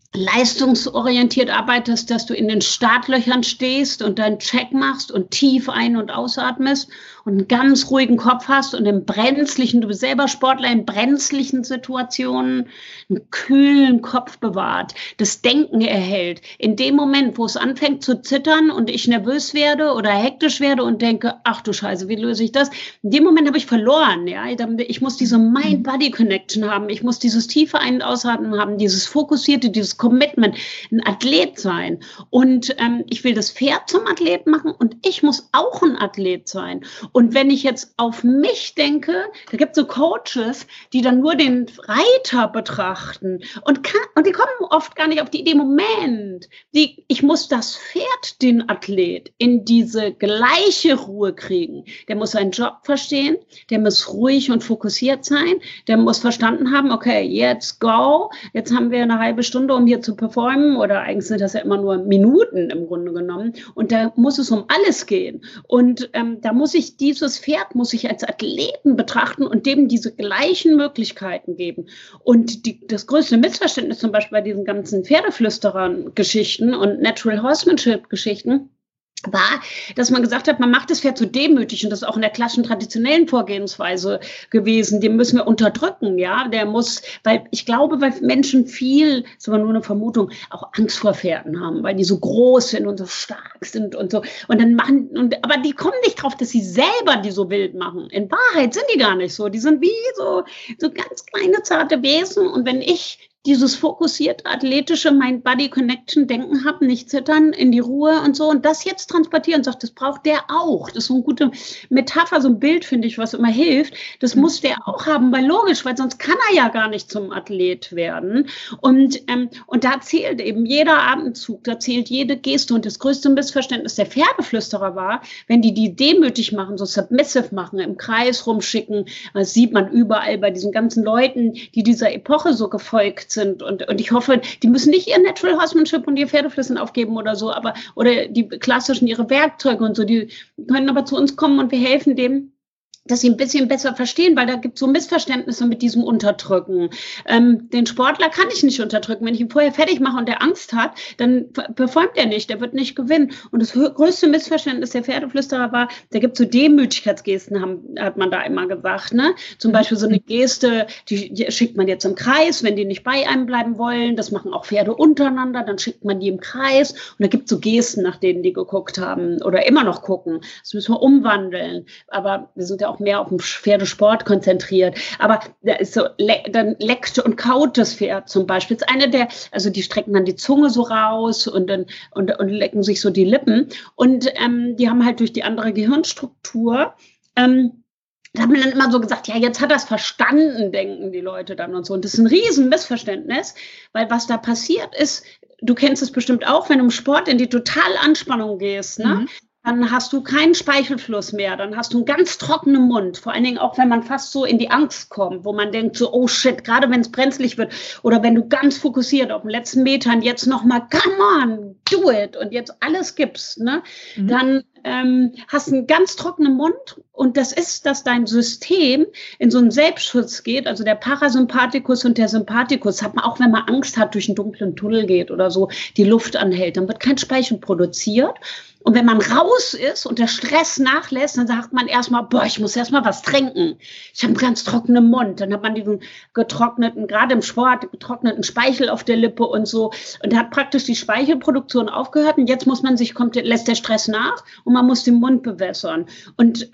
leistungsorientiert arbeitest, dass du in den Startlöchern stehst und deinen Check machst und tief ein- und ausatmest und einen ganz ruhigen Kopf hast und im brenzlichen, du bist selber Sportler, in brenzlichen Situationen einen kühlen Kopf bewahrt, das Denken erhält. In dem Moment, wo es anfängt zu zittern und ich nervös werde oder hektisch werde und denke, ach du Scheiße, wie löse ich das? In dem Moment habe ich verloren. Ja? Ich muss diese Mind-Body-Connection haben, ich muss dieses tiefe Ein- und Ausatmen haben, dieses fokussierte, dieses Commitment, ein Athlet sein. Und ich will das Pferd zum Athlet machen und ich muss auch ein Athlet sein. Und wenn ich jetzt auf mich denke, da gibt es so Coaches, die dann nur den Reiter betrachten und die kommen oft gar nicht auf die Idee, Moment, ich muss das Pferd, den Athlet, in diese gleiche Ruhe kriegen. Der muss seinen Job verstehen, der muss ruhig und fokussiert sein, der muss verstanden haben, okay, jetzt go, jetzt haben wir eine halbe Stunde, um hier zu performen, oder eigentlich sind das ja immer nur Minuten im Grunde genommen, und da muss es um alles gehen. Und da muss ich dieses Pferd als Athleten betrachten und dem diese gleichen Möglichkeiten geben. Und das größte Missverständnis zum Beispiel bei diesen ganzen Pferdeflüsterern-Geschichten und Natural Horsemanship-Geschichten war, dass man gesagt hat, man macht das Pferd so demütig, und das ist auch in der klassischen traditionellen Vorgehensweise gewesen, den müssen wir unterdrücken, ja, weil Menschen viel, das ist aber nur eine Vermutung, auch Angst vor Pferden haben, weil die so groß sind und so stark sind und so, und dann aber die kommen nicht drauf, dass sie selber die so wild machen. In Wahrheit sind die gar nicht so, die sind wie so ganz kleine, zarte Wesen, und wenn ich dieses fokussierte, athletische Mind-Body-Connection-Denken habe, nicht zittern, in die Ruhe und so, und das jetzt transportieren und sagt, das braucht der auch. Das ist so eine gute Metapher, so ein Bild, finde ich, was immer hilft. Das muss der auch haben, weil logisch, weil sonst kann er ja gar nicht zum Athlet werden. Und da zählt eben jeder Atemzug, da zählt jede Geste, und das größte Missverständnis der Pferdeflüsterer war, wenn die demütig machen, so submissive machen, im Kreis rumschicken, das sieht man überall bei diesen ganzen Leuten, die dieser Epoche so gefolgt sind. Und ich hoffe, die müssen nicht ihr Natural Horsemanship und ihr Pferdeflüssen aufgeben oder so, oder die klassischen, ihre Werkzeuge und so, die können aber zu uns kommen und wir helfen dem, dass sie ein bisschen besser verstehen, weil da gibt es so Missverständnisse mit diesem Unterdrücken. Den Sportler kann ich nicht unterdrücken. Wenn ich ihn vorher fertig mache und der Angst hat, dann performt er nicht, der wird nicht gewinnen. Und das größte Missverständnis der Pferdeflüsterer war, da gibt es so Demütigkeitsgesten, hat man da immer gesagt. Ne? Zum Beispiel so eine Geste, die schickt man jetzt im Kreis, wenn die nicht bei einem bleiben wollen. Das machen auch Pferde untereinander, dann schickt man die im Kreis. Und da gibt es so Gesten, nach denen die geguckt haben oder immer noch gucken. Das müssen wir umwandeln. Aber wir sind ja auch mehr auf den Pferdesport konzentriert. Aber da ist so, dann leckt und kaut das Pferd zum Beispiel. Das ist also die strecken dann die Zunge so raus und lecken sich so die Lippen. Und die haben halt durch die andere Gehirnstruktur, da hat man dann immer so gesagt, ja, jetzt hat er es verstanden, denken die Leute dann und so. Und das ist ein riesen Missverständnis, weil was da passiert ist, du kennst es bestimmt auch, wenn du im Sport in die totale Anspannung gehst, ne? Dann hast du keinen Speichelfluss mehr, dann hast du einen ganz trockenen Mund, vor allen Dingen auch, wenn man fast so in die Angst kommt, wo man denkt so, oh shit, gerade wenn es brenzlig wird, oder wenn du ganz fokussiert auf den letzten Metern jetzt nochmal, come on, do it, und jetzt alles gibst, ne? Dann hast einen ganz trockenen Mund, und das ist, dass dein System in so einen Selbstschutz geht, also der Parasympathikus und der Sympathikus, hat man auch, wenn man Angst hat, durch einen dunklen Tunnel geht oder so, die Luft anhält, dann wird kein Speichel produziert. Und wenn man raus ist und der Stress nachlässt, dann sagt man erstmal, ich muss erstmal was trinken. Ich habe einen ganz trockenen Mund. Dann hat man diesen getrockneten, gerade im Sport, getrockneten Speichel auf der Lippe und so. Und da hat praktisch die Speichelproduktion aufgehört. Und jetzt lässt der Stress nach und man muss den Mund bewässern. Und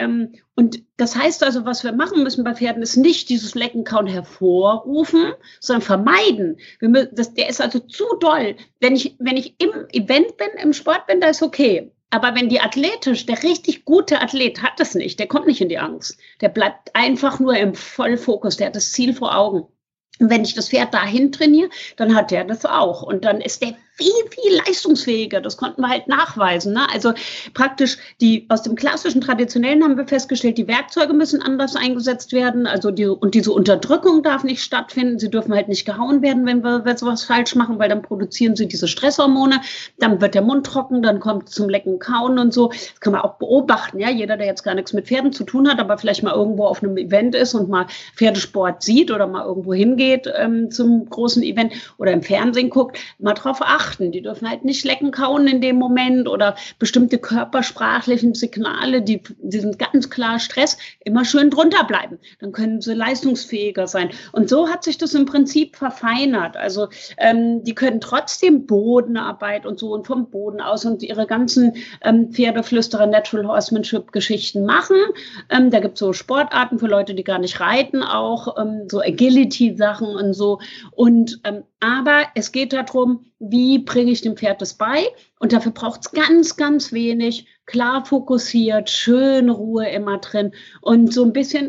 das heißt also, was wir machen müssen bei Pferden, ist nicht dieses Lecken, Kauen hervorrufen, sondern vermeiden. Der ist also zu doll. Wenn ich im Event bin, im Sport bin, da ist okay. Aber wenn der richtig gute Athlet hat das nicht, der kommt nicht in die Angst. Der bleibt einfach nur im Vollfokus, der hat das Ziel vor Augen. Und wenn ich das Pferd dahin trainiere, dann hat der das auch. Und dann ist der viel leistungsfähiger. Das konnten wir halt nachweisen. Ne? Also praktisch aus dem klassischen Traditionellen haben wir festgestellt, die Werkzeuge müssen anders eingesetzt werden. Also diese Unterdrückung darf nicht stattfinden. Sie dürfen halt nicht gehauen werden, wenn wir sowas falsch machen, weil dann produzieren sie diese Stresshormone. Dann wird der Mund trocken, dann kommt es zum Lecken, Kauen und so. Das kann man auch beobachten. Ja, jeder, der jetzt gar nichts mit Pferden zu tun hat, aber vielleicht mal irgendwo auf einem Event ist und mal Pferdesport sieht oder mal irgendwo hingeht zum großen Event oder im Fernsehen guckt, mal drauf achten. Die dürfen halt nicht lecken, kauen in dem Moment oder bestimmte körpersprachlichen Signale, die sind ganz klar Stress, immer schön drunter bleiben. Dann können sie leistungsfähiger sein. Und so hat sich das im Prinzip verfeinert. Also die können trotzdem Bodenarbeit und so und vom Boden aus und ihre ganzen Pferdeflüsterer, Natural Horsemanship Geschichten machen. Da gibt es so Sportarten für Leute, die gar nicht reiten, auch so Agility-Sachen und so. Und aber es geht darum, wie bringe ich dem Pferd das bei? Und dafür braucht es ganz, ganz wenig, klar fokussiert, schön Ruhe immer drin. Und so ein bisschen,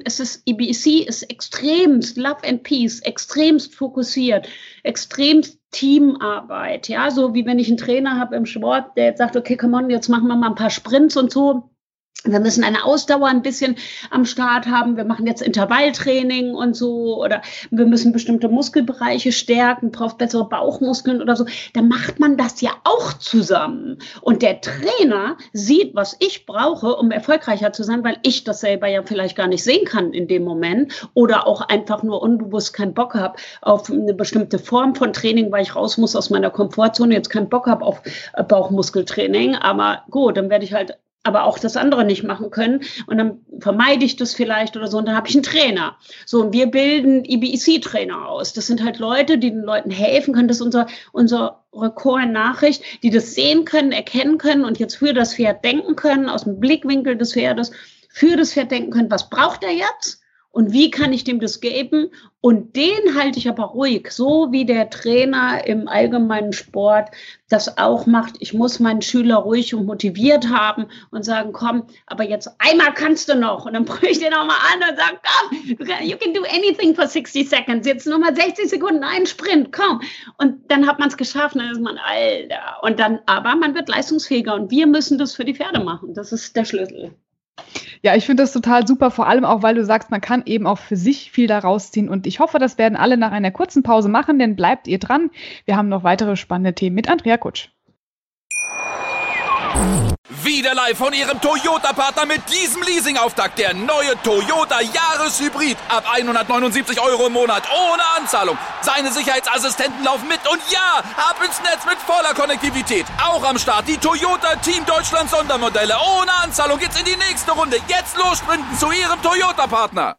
EBC ist extremst Love and Peace, extremst fokussiert, extremst Teamarbeit. Ja, so wie wenn ich einen Trainer habe im Sport, der jetzt sagt, okay, come on, jetzt machen wir mal ein paar Sprints und so. Wir müssen eine Ausdauer ein bisschen am Start haben. Wir machen jetzt Intervalltraining und so. Oder wir müssen bestimmte Muskelbereiche stärken, braucht bessere Bauchmuskeln oder so. Dann macht man das ja auch zusammen. Und der Trainer sieht, was ich brauche, um erfolgreicher zu sein, weil ich das selber ja vielleicht gar nicht sehen kann in dem Moment. Oder auch einfach nur unbewusst keinen Bock habe auf eine bestimmte Form von Training, weil ich raus muss aus meiner Komfortzone, jetzt keinen Bock habe auf Bauchmuskeltraining. Aber gut, dann werde ich halt aber auch das andere nicht machen können und dann vermeide ich das vielleicht oder so und dann habe ich einen Trainer. So, und wir bilden EBEC-Trainer aus. Das sind halt Leute, die den Leuten helfen können. Das ist unsere Core-Nachricht, die das sehen können, erkennen können und jetzt für das Pferd denken können, aus dem Blickwinkel des Pferdes, für das Pferd denken können, was braucht er jetzt? Und wie kann ich dem das geben? Und den halte ich aber ruhig, so wie der Trainer im allgemeinen Sport das auch macht. Ich muss meinen Schüler ruhig und motiviert haben und sagen, komm, aber jetzt einmal kannst du noch. Und dann brülle ich den auch mal an und sage, komm, you can do anything for 60 seconds. Jetzt nur mal 60 Sekunden, einen Sprint, komm. Und dann hat man es geschafft, dann ist man, Alter. Und dann, aber man wird leistungsfähiger und wir müssen das für die Pferde machen. Das ist der Schlüssel. Ja, ich finde das total super, vor allem auch, weil du sagst, man kann eben auch für sich viel daraus ziehen. Und ich hoffe, das werden alle nach einer kurzen Pause machen, denn bleibt ihr dran. Wir haben noch weitere spannende Themen mit Andrea Kutsch. Wieder live von Ihrem Toyota-Partner mit diesem Leasing-Auftakt. Der neue Toyota Jahreshybrid. Ab 179 € im Monat. Ohne Anzahlung. Seine Sicherheitsassistenten laufen mit. Und ja, ab ins Netz mit voller Konnektivität. Auch am Start die Toyota Team Deutschland Sondermodelle. Ohne Anzahlung geht's in die nächste Runde. Jetzt los sprinten zu Ihrem Toyota-Partner.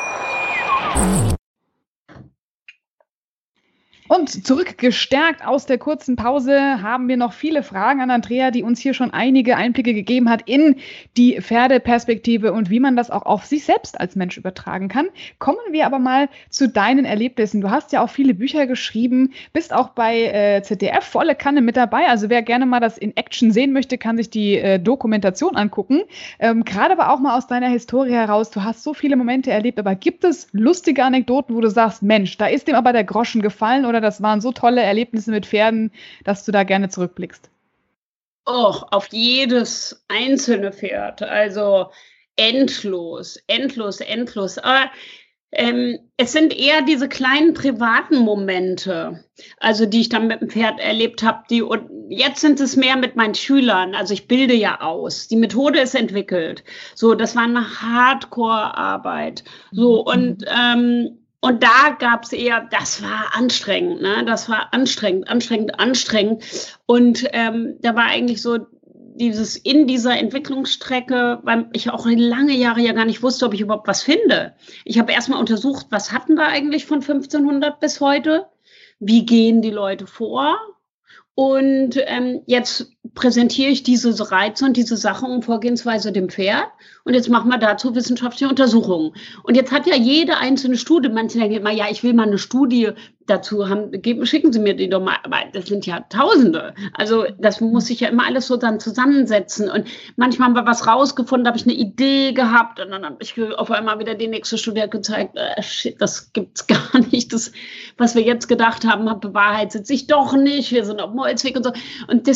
Und zurückgestärkt aus der kurzen Pause haben wir noch viele Fragen an Andrea, die uns hier schon einige Einblicke gegeben hat in die Pferdeperspektive und wie man das auch auf sich selbst als Mensch übertragen kann. Kommen wir aber mal zu deinen Erlebnissen. Du hast ja auch viele Bücher geschrieben, bist auch bei ZDF volle Kanne mit dabei. Also wer gerne mal das in Action sehen möchte, kann sich die Dokumentation angucken. Gerade aber auch mal aus deiner Historie heraus. Du hast so viele Momente erlebt, aber gibt es lustige Anekdoten, wo du sagst, Mensch, da ist dem aber der Groschen gefallen oder das waren so tolle Erlebnisse mit Pferden, dass du da gerne zurückblickst? Oh, auf jedes einzelne Pferd. Also endlos. Aber es sind eher diese kleinen privaten Momente, also die ich dann mit dem Pferd erlebt habe. Und jetzt sind es mehr mit meinen Schülern. Also ich bilde ja aus. Die Methode ist entwickelt. So, das war eine Hardcore-Arbeit. So, und da gab es eher, das war anstrengend, ne? Das war anstrengend. Und da war eigentlich so in dieser Entwicklungsstrecke, weil ich auch lange Jahre ja gar nicht wusste, ob ich überhaupt was finde. Ich habe erstmal untersucht, was hatten wir eigentlich von 1500 bis heute? Wie gehen die Leute vor? Und jetzt präsentiere ich diese Reize und diese Sache und Vorgehensweise dem Pferd und jetzt machen wir dazu wissenschaftliche Untersuchungen. Und jetzt hat ja jede einzelne Studie, manche denken immer, ja, ich will mal eine Studie dazu haben, schicken Sie mir die doch mal, aber das sind ja Tausende. Also das muss sich ja immer alles so dann zusammensetzen und manchmal haben wir was rausgefunden, da habe ich eine Idee gehabt und dann habe ich auf einmal wieder die nächste Studie gezeigt, shit, das gibt's gar nicht, das, was wir jetzt gedacht haben, bewahrheitet sich doch nicht, wir sind auf dem Holzweg und so. Und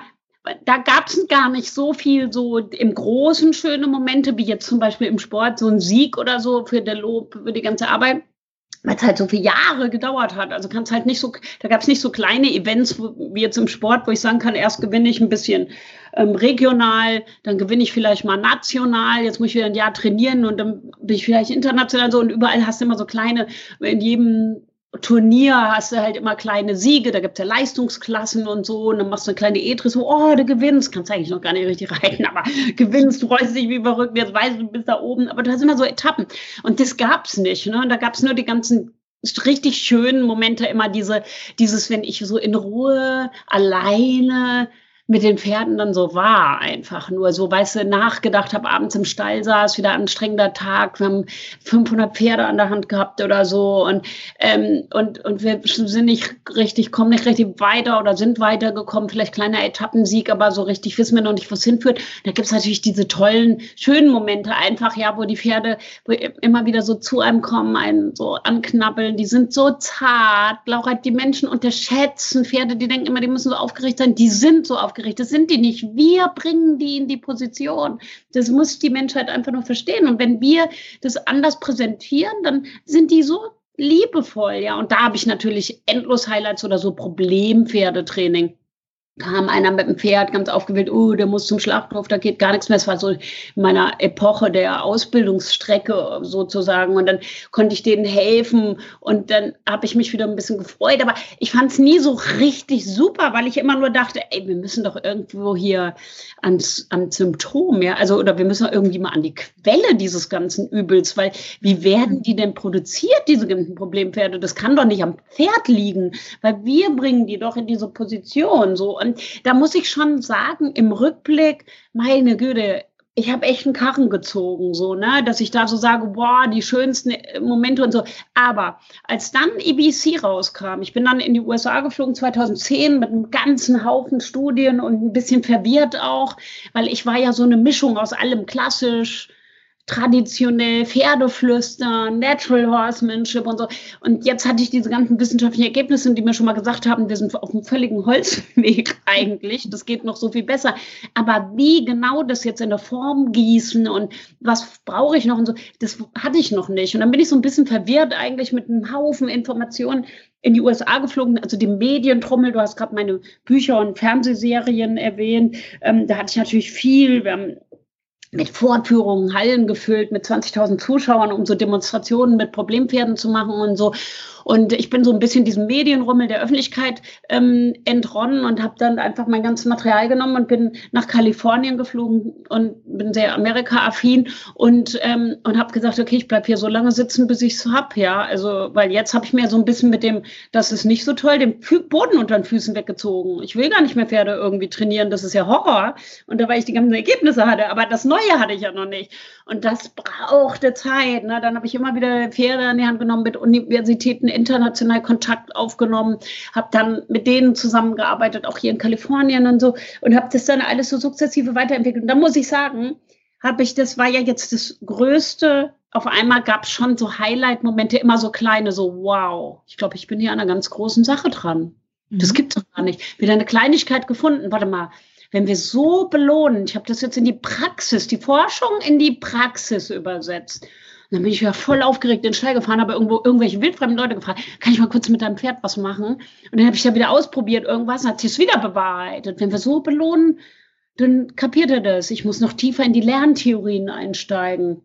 da gab es gar nicht so viel so im Großen schöne Momente, wie jetzt zum Beispiel im Sport, so ein Sieg oder so für der Lob, für die ganze Arbeit, weil es halt so viele Jahre gedauert hat. Also kann's halt nicht so, da gab es nicht so kleine Events wie jetzt im Sport, wo ich sagen kann, erst gewinne ich ein bisschen regional, dann gewinne ich vielleicht mal national, jetzt muss ich wieder ein Jahr trainieren und dann bin ich vielleicht international so und überall hast du immer so kleine, in jedem Turnier hast du halt immer kleine Siege, da gibt es ja Leistungsklassen und so und dann machst du eine kleine E-Dress, so, oh, du gewinnst, kannst eigentlich noch gar nicht richtig reiten, aber gewinnst, du freust dich wie verrückt, jetzt weißt du bist da oben, aber du hast immer so Etappen und das gab's nicht, ne? Und da gab's nur die ganzen richtig schönen Momente, immer dieses, wenn ich so in Ruhe, alleine mit den Pferden dann so war, einfach nur so, weißt du, nachgedacht habe, abends im Stall saß, wieder ein anstrengender Tag, wir haben 500 Pferde an der Hand gehabt oder so und wir sind nicht richtig, kommen nicht richtig weiter oder sind weitergekommen, vielleicht kleiner Etappensieg, aber so richtig wissen wir noch nicht, wo es hinführt. Da gibt's natürlich diese tollen, schönen Momente einfach, ja, wo die Pferde immer wieder so zu einem kommen, einen so anknabbeln, die sind so zart, Laura, die Menschen unterschätzen Pferde, die denken immer, die müssen so aufgeregt sein, die sind so aufgeregt. Das sind die nicht. Wir bringen die in die Position. Das muss die Menschheit einfach nur verstehen. Und wenn wir das anders präsentieren, dann sind die so liebevoll. Ja, und da habe ich natürlich endlos Highlights oder so Problempferdetraining. Kam einer mit dem Pferd ganz aufgewühlt, der muss zum Schlachthof, da geht gar nichts mehr. Es war so in meiner Epoche der Ausbildungsstrecke sozusagen und dann konnte ich denen helfen und dann habe ich mich wieder ein bisschen gefreut, aber ich fand es nie so richtig super, weil ich immer nur dachte, wir müssen doch irgendwo hier ans Symptom, ja, also oder wir müssen irgendwie mal an die Quelle dieses ganzen Übels, weil wie werden die denn produziert, diese ganzen Problempferde? Das kann doch nicht am Pferd liegen, weil wir bringen die doch in diese Position, so. Und da muss ich schon sagen, im Rückblick, meine Güte, ich habe echt einen Karren gezogen, so, ne, dass ich da so sage, boah, die schönsten Momente und so. Aber als dann EBC rauskam, ich bin dann in die USA geflogen 2010 mit einem ganzen Haufen Studien und ein bisschen verwirrt auch, weil ich war ja so eine Mischung aus allem klassisch, traditionell, Pferdeflüstern, Natural Horsemanship und so. Und jetzt hatte ich diese ganzen wissenschaftlichen Ergebnisse, die mir schon mal gesagt haben, wir sind auf einem völligen Holzweg eigentlich. Das geht noch so viel besser. Aber wie genau das jetzt in der Form gießen und was brauche ich noch und so, das hatte ich noch nicht. Und dann bin ich so ein bisschen verwirrt eigentlich mit einem Haufen Informationen in die USA geflogen, also die Medientrommel. Du hast gerade meine Bücher und Fernsehserien erwähnt. Da hatte ich natürlich viel. Wir haben mit Vorführungen, Hallen gefüllt, mit 20.000 Zuschauern, um so Demonstrationen mit Problempferden zu machen und so. Und ich bin so ein bisschen diesem Medienrummel der Öffentlichkeit entronnen und habe dann einfach mein ganzes Material genommen und bin nach Kalifornien geflogen und bin sehr Amerika-affin und habe gesagt, okay, ich bleib hier so lange sitzen, bis ich es hab, ja. Also, weil jetzt habe ich mir so ein bisschen mit dem, das ist nicht so toll, den Boden unter den Füßen weggezogen. Ich will gar nicht mehr Pferde irgendwie trainieren, das ist ja Horror. Und da, weil ich die ganzen Ergebnisse hatte, aber das Neue hatte ich ja noch nicht. Und das brauchte Zeit. Ne? Dann habe ich immer wieder Pferde in die Hand genommen, mit Universitäten international Kontakt aufgenommen, habe dann mit denen zusammengearbeitet, auch hier in Kalifornien und so, und habe das dann alles so sukzessive weiterentwickelt. Und da muss ich sagen, das war ja jetzt das Größte, auf einmal gab es schon so Highlight-Momente, immer so kleine, so wow, ich glaube, ich bin hier an einer ganz großen Sache dran. Das gibt's doch gar nicht. Wieder eine Kleinigkeit gefunden, warte mal, wenn wir so belohnen, ich habe das jetzt in die Praxis, die Forschung in die Praxis übersetzt. Und dann bin ich ja voll aufgeregt in den Stall gefahren, habe irgendwelche wildfremden Leute gefragt, kann ich mal kurz mit deinem Pferd was machen? Und dann habe ich ja wieder ausprobiert irgendwas und hat sich es wieder bewahrheitet. Wenn wir so belohnen, dann kapiert er das. Ich muss noch tiefer in die Lerntheorien einsteigen.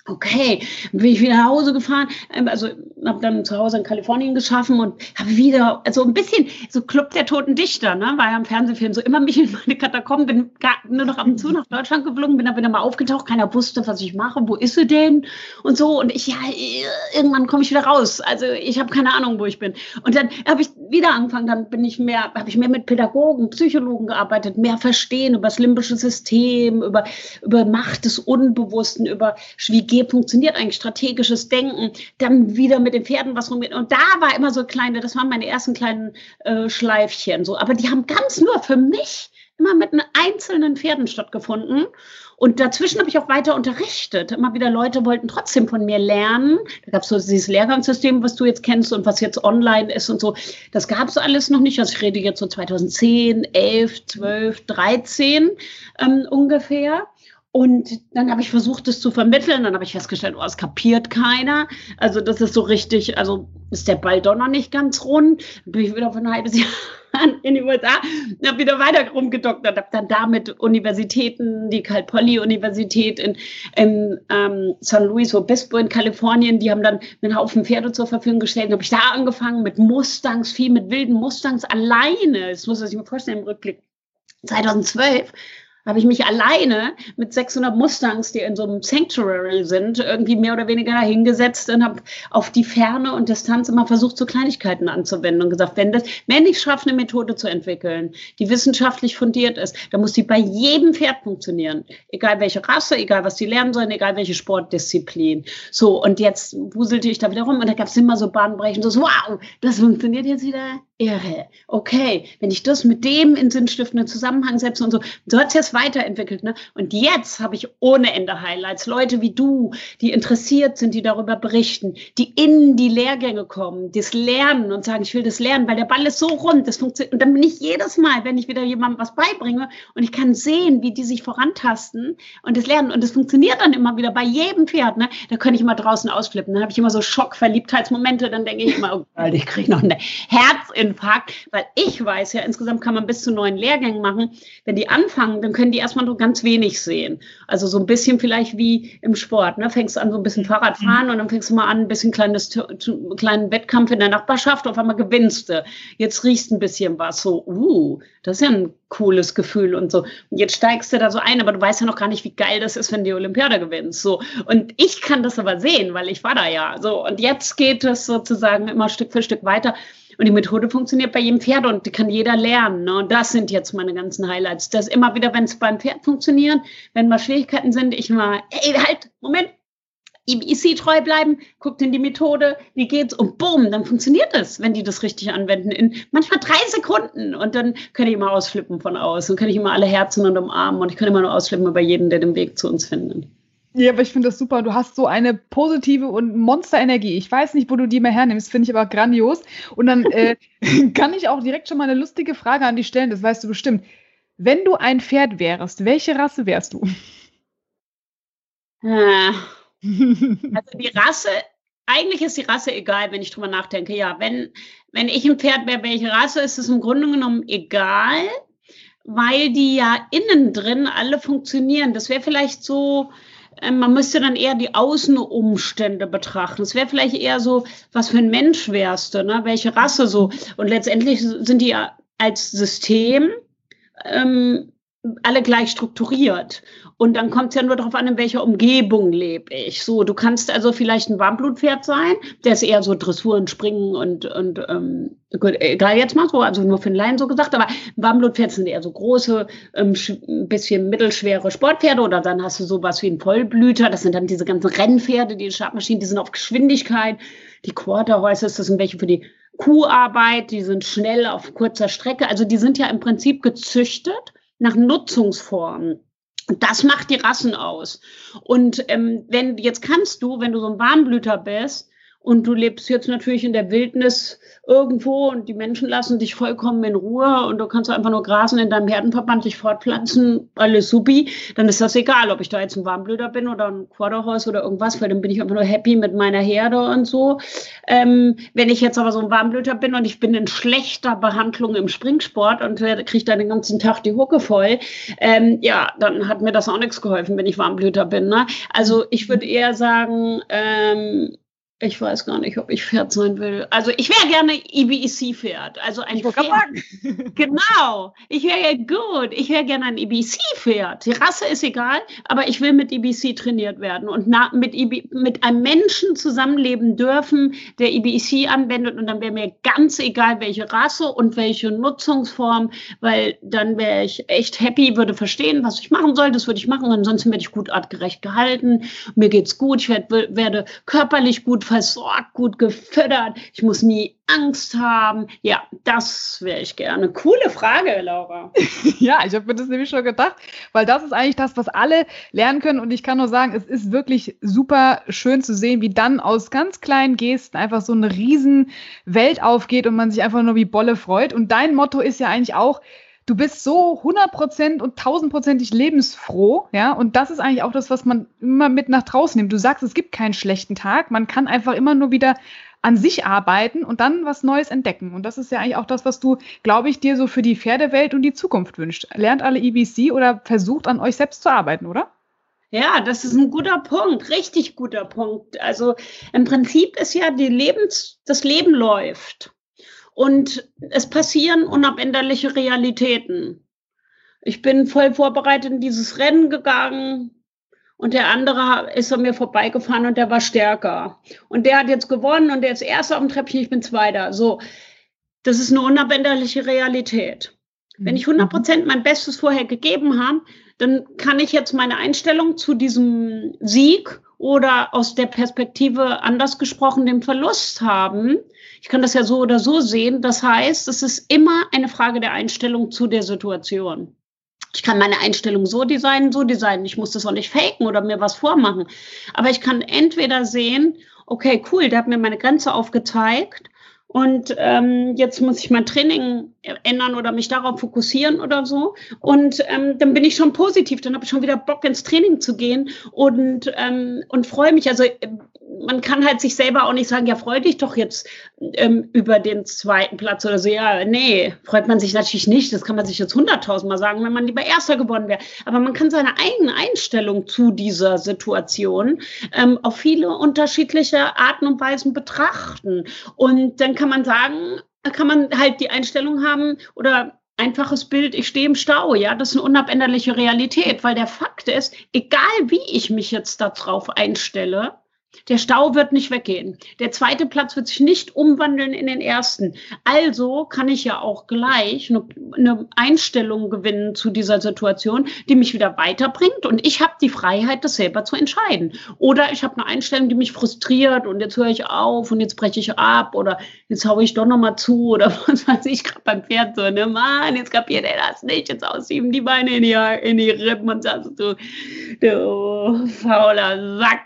Okay, bin ich wieder nach Hause gefahren, also habe dann zu Hause in Kalifornien geschaffen und habe wieder, also ein bisschen so Club der Toten Dichter, ne, war ja im Fernsehfilm, so immer mich in meine Katakomben, bin nur noch ab und zu nach Deutschland geflogen, bin dann wieder mal aufgetaucht, keiner wusste, was ich mache, wo ist sie denn und so und irgendwann komme ich wieder raus, also ich habe keine Ahnung, wo ich bin und dann habe ich wieder angefangen, dann habe ich mehr mit Pädagogen, Psychologen gearbeitet, mehr verstehen über das limbische System, über Macht des Unbewussten, über wie funktioniert eigentlich strategisches Denken, dann wieder mit den Pferden was rumgeht. Und da war immer so kleine, das waren meine ersten kleinen Schleifchen, so. Aber die haben ganz nur für mich immer mit einzelnen Pferden stattgefunden. Und dazwischen habe ich auch weiter unterrichtet. Immer wieder Leute wollten trotzdem von mir lernen. Da gab es so dieses Lehrgangssystem, was du jetzt kennst und was jetzt online ist und so. Das gab es alles noch nicht. Also ich rede jetzt so 2010, 11, 12, 13 ungefähr. Und dann habe ich versucht, das zu vermitteln. Dann habe ich festgestellt, es kapiert keiner. Also das ist so richtig, also ist der Ball doch noch nicht ganz rund. Dann bin ich wieder für ein halbes Jahr in die USA und habe wieder weiter rumgedoktert. Habe dann da mit Universitäten, die Cal Poly Universität in San Luis Obispo in Kalifornien, die haben dann einen Haufen Pferde zur Verfügung gestellt. Dann habe ich da angefangen mit Mustangs, viel mit wilden Mustangs alleine. Das muss man sich mal vorstellen im Rückblick. 2012 habe ich mich alleine mit 600 Mustangs, die in so einem Sanctuary sind, irgendwie mehr oder weniger dahingesetzt und habe auf die Ferne und Distanz immer versucht, so Kleinigkeiten anzuwenden und gesagt, wenn ich schaffe, eine Methode zu entwickeln, die wissenschaftlich fundiert ist, dann muss die bei jedem Pferd funktionieren. Egal welche Rasse, egal was die lernen sollen, egal welche Sportdisziplin. So, und jetzt wuselte ich da wieder rum und da gab es immer so Bahnbrechend, so, wow, das funktioniert jetzt wieder. Irre. Okay, wenn ich das mit dem in sinnstiftenden Zusammenhang setze und so, so hat es jetzt weiterentwickelt, ne? Und jetzt habe ich ohne Ende Highlights, Leute wie du, die interessiert sind, die darüber berichten, die in die Lehrgänge kommen, das lernen und sagen, ich will das lernen, weil der Ball ist so rund, das funktioniert. Und dann bin ich jedes Mal, wenn ich wieder jemandem was beibringe und ich kann sehen, wie die sich vorantasten und das lernen und das funktioniert dann immer wieder bei jedem Pferd, ne? Da kann ich immer draußen ausflippen, dann habe ich immer so Schockverliebtheitsmomente, dann denke ich immer, oh Gott, ich kriege noch eine Herzinfarkt, weil ich weiß ja, insgesamt kann man bis zu 9 Lehrgängen machen. Wenn die anfangen, dann können die erstmal nur ganz wenig sehen. Also so ein bisschen vielleicht wie im Sport, ne? Fängst an so ein bisschen Fahrradfahren und dann fängst du mal an, ein bisschen kleinen Wettkampf in der Nachbarschaft, auf einmal gewinnst du. Jetzt riechst ein bisschen was, so, das ist ja ein cooles Gefühl und so. Und jetzt steigst du da so ein, aber du weißt ja noch gar nicht, wie geil das ist, wenn du die Olympiade gewinnst. So. Und ich kann das aber sehen, weil ich war da ja. So. Und jetzt geht es sozusagen immer Stück für Stück weiter. Und die Methode funktioniert bei jedem Pferd und die kann jeder lernen. Ne? Und das sind jetzt meine ganzen Highlights. Das immer wieder, wenn es beim Pferd funktioniert, wenn mal Schwierigkeiten sind, ich mal, Moment, IBC treu bleiben, guckt in die Methode, wie geht's und bumm, dann funktioniert es, wenn die das richtig anwenden, in manchmal 3 Sekunden und dann kann ich immer ausflippen von außen, kann ich immer alle Herzen und umarmen und ich kann immer nur ausflippen über jeden, der den Weg zu uns findet. Ja, aber ich finde das super. Du hast so eine positive und Monsterenergie. Ich weiß nicht, wo du die mehr hernimmst, finde ich aber grandios. Und dann kann ich auch direkt schon mal eine lustige Frage an dich stellen, das weißt du bestimmt. Wenn du ein Pferd wärst, welche Rasse wärst du? Also die Rasse, eigentlich ist die Rasse egal, wenn ich drüber nachdenke. Ja, wenn ich ein Pferd wäre, welche Rasse, ist es im Grunde genommen egal, weil die ja innen drin alle funktionieren. Das wäre vielleicht so, man müsste dann eher die Außenumstände betrachten. Es wäre vielleicht eher so, was für ein Mensch wärst du, ne? Welche Rasse so. Und letztendlich sind die ja als System alle gleich strukturiert. Und dann kommt es ja nur darauf an, in welcher Umgebung lebe ich. So, du kannst also vielleicht ein Warmblutpferd sein, der ist eher so Dressur und Springen und gut, egal jetzt mal so, also nur für den Laien so gesagt, aber Warmblutpferd sind eher so große, ein bisschen mittelschwere Sportpferde oder dann hast du sowas wie ein Vollblüter, das sind dann diese ganzen Rennpferde, die Startmaschinen, die sind auf Geschwindigkeit, die Quarter Horses, das sind welche für die Kuharbeit, die sind schnell auf kurzer Strecke, also die sind ja im Prinzip gezüchtet nach Nutzungsformen. Und das macht die Rassen aus. Und wenn du so ein Warmblüter bist Und du lebst jetzt natürlich in der Wildnis irgendwo und die Menschen lassen dich vollkommen in Ruhe und du kannst einfach nur grasen, in deinem Herdenverband dich fortpflanzen, alles supi, dann ist das egal, ob ich da jetzt ein Warmblüter bin oder ein Quarterhorse oder irgendwas, weil dann bin ich einfach nur happy mit meiner Herde und so. Wenn ich jetzt aber so ein Warmblüter bin und ich bin in schlechter Behandlung im Springsport und kriege dann den ganzen Tag die Hucke voll, dann hat mir das auch nichts geholfen, wenn ich Warmblüter bin. Ne? Also ich würde eher sagen, ich weiß gar nicht, ob ich Pferd sein will. Also ich wäre gerne IBEC-Pferd. Also ein Pferd. Genau. Ich wäre gut. Ich wäre gerne ein IBEC-Pferd. Die Rasse ist egal, aber ich will mit IBEC trainiert werden und mit einem Menschen zusammenleben dürfen, der IBEC anwendet. Und dann wäre mir ganz egal, welche Rasse und welche Nutzungsform, weil dann wäre ich echt happy, würde verstehen, was ich machen soll. Das würde ich machen. Ansonsten werde ich gut artgerecht gehalten. Mir geht's gut. Ich werde körperlich gut versorgt, gut gefüttert. Ich muss nie Angst haben. Ja, das wäre ich gerne. Coole Frage, Laura. Ja, ich habe mir das nämlich schon gedacht, weil das ist eigentlich das, was alle lernen können. Und ich kann nur sagen, es ist wirklich super schön zu sehen, wie dann aus ganz kleinen Gesten einfach so eine riesen Welt aufgeht und man sich einfach nur wie Bolle freut. Und dein Motto ist ja eigentlich auch, du bist so 100% und 1000%ig lebensfroh, ja, und das ist eigentlich auch das, was man immer mit nach draußen nimmt. Du sagst, es gibt keinen schlechten Tag, man kann einfach immer nur wieder an sich arbeiten und dann was Neues entdecken. Und das ist ja eigentlich auch das, was du, glaube ich, dir so für die Pferdewelt und die Zukunft wünschst. Lernt alle IBEC oder versucht an euch selbst zu arbeiten, oder? Ja, das ist ein guter Punkt, richtig guter Punkt. Also im Prinzip ist ja das Leben läuft. Und es passieren unabänderliche Realitäten. Ich bin voll vorbereitet in dieses Rennen gegangen und der andere ist an mir vorbeigefahren und der war stärker. Und der hat jetzt gewonnen und der ist Erster auf dem Treppchen, ich bin Zweiter. So, das ist eine unabänderliche Realität. Wenn ich 100% mein Bestes vorher gegeben habe, dann kann ich jetzt meine Einstellung zu diesem Sieg oder aus der Perspektive anders gesprochen den Verlust haben. Ich kann das ja so oder so sehen. Das heißt, es ist immer eine Frage der Einstellung zu der Situation. Ich kann meine Einstellung so designen. Ich muss das auch nicht faken oder mir was vormachen. Aber ich kann entweder sehen, okay, cool, der hat mir meine Grenze aufgezeigt. Und jetzt muss ich mein Training ändern oder mich darauf fokussieren oder so. Und dann bin ich schon positiv, dann habe ich schon wieder Bock ins Training zu gehen und freue mich. Also man kann halt sich selber auch nicht sagen, ja, freu dich doch jetzt über den zweiten Platz oder so. Ja, nee, freut man sich natürlich nicht. Das kann man sich jetzt 100.000 Mal sagen, wenn man lieber Erster geworden wäre. Aber man kann seine eigene Einstellung zu dieser Situation auf viele unterschiedliche Arten und Weisen betrachten. Und dann kann man sagen, kann man halt die Einstellung haben oder einfaches Bild, ich stehe im Stau, ja, das ist eine unabänderliche Realität, weil der Fakt ist, egal wie ich mich jetzt darauf einstelle, der Stau wird nicht weggehen. Der zweite Platz wird sich nicht umwandeln in den ersten. Also kann ich ja auch gleich eine Einstellung gewinnen zu dieser Situation, die mich wieder weiterbringt. Und ich habe die Freiheit, das selber zu entscheiden. Oder ich habe eine Einstellung, die mich frustriert und jetzt höre ich auf und jetzt breche ich ab oder jetzt haue ich doch nochmal zu oder was weiß ich, gerade beim Pferd so, ne, Mann, jetzt kapiert er das nicht, jetzt ausschieben die Beine in die Rippen und sagst du fauler Sack.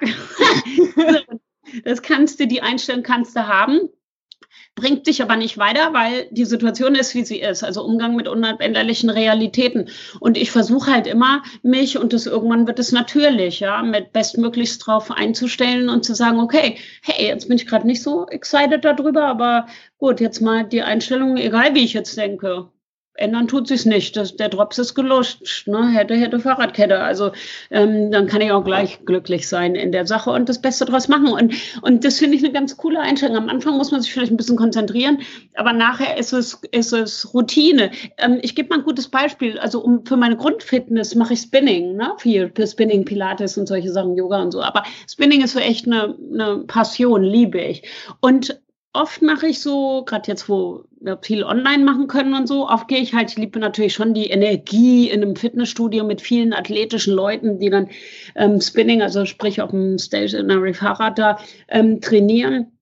Die Einstellung kannst du haben, bringt dich aber nicht weiter, weil die Situation ist, wie sie ist. Also Umgang mit unabänderlichen Realitäten. Und ich versuche halt immer, irgendwann wird es natürlich, ja, mit bestmöglichst drauf einzustellen und zu sagen, okay, hey, jetzt bin ich gerade nicht so excited darüber, aber gut, jetzt mal die Einstellung, egal wie ich jetzt denke. Ändern tut sich's nicht. Der Drops ist gelutscht, ne? Hätte Fahrradkette. Also dann kann ich auch gleich glücklich sein in der Sache und das Beste draus machen. Und das finde ich eine ganz coole Einstellung. Am Anfang muss man sich vielleicht ein bisschen konzentrieren, aber nachher ist es Routine. Ich gebe mal ein gutes Beispiel. Also für meine Grundfitness mache ich Spinning, ne? Viel Spinning, Pilates und solche Sachen, Yoga und so. Aber Spinning ist so echt eine Passion, liebe ich. Und oft mache ich so, gerade jetzt, wo wir viel online machen können und so, oft gehe ich halt, ich liebe natürlich schon die Energie in einem Fitnessstudio mit vielen athletischen Leuten, die dann Spinning, also sprich auf dem Stationary Fahrrad da trainieren.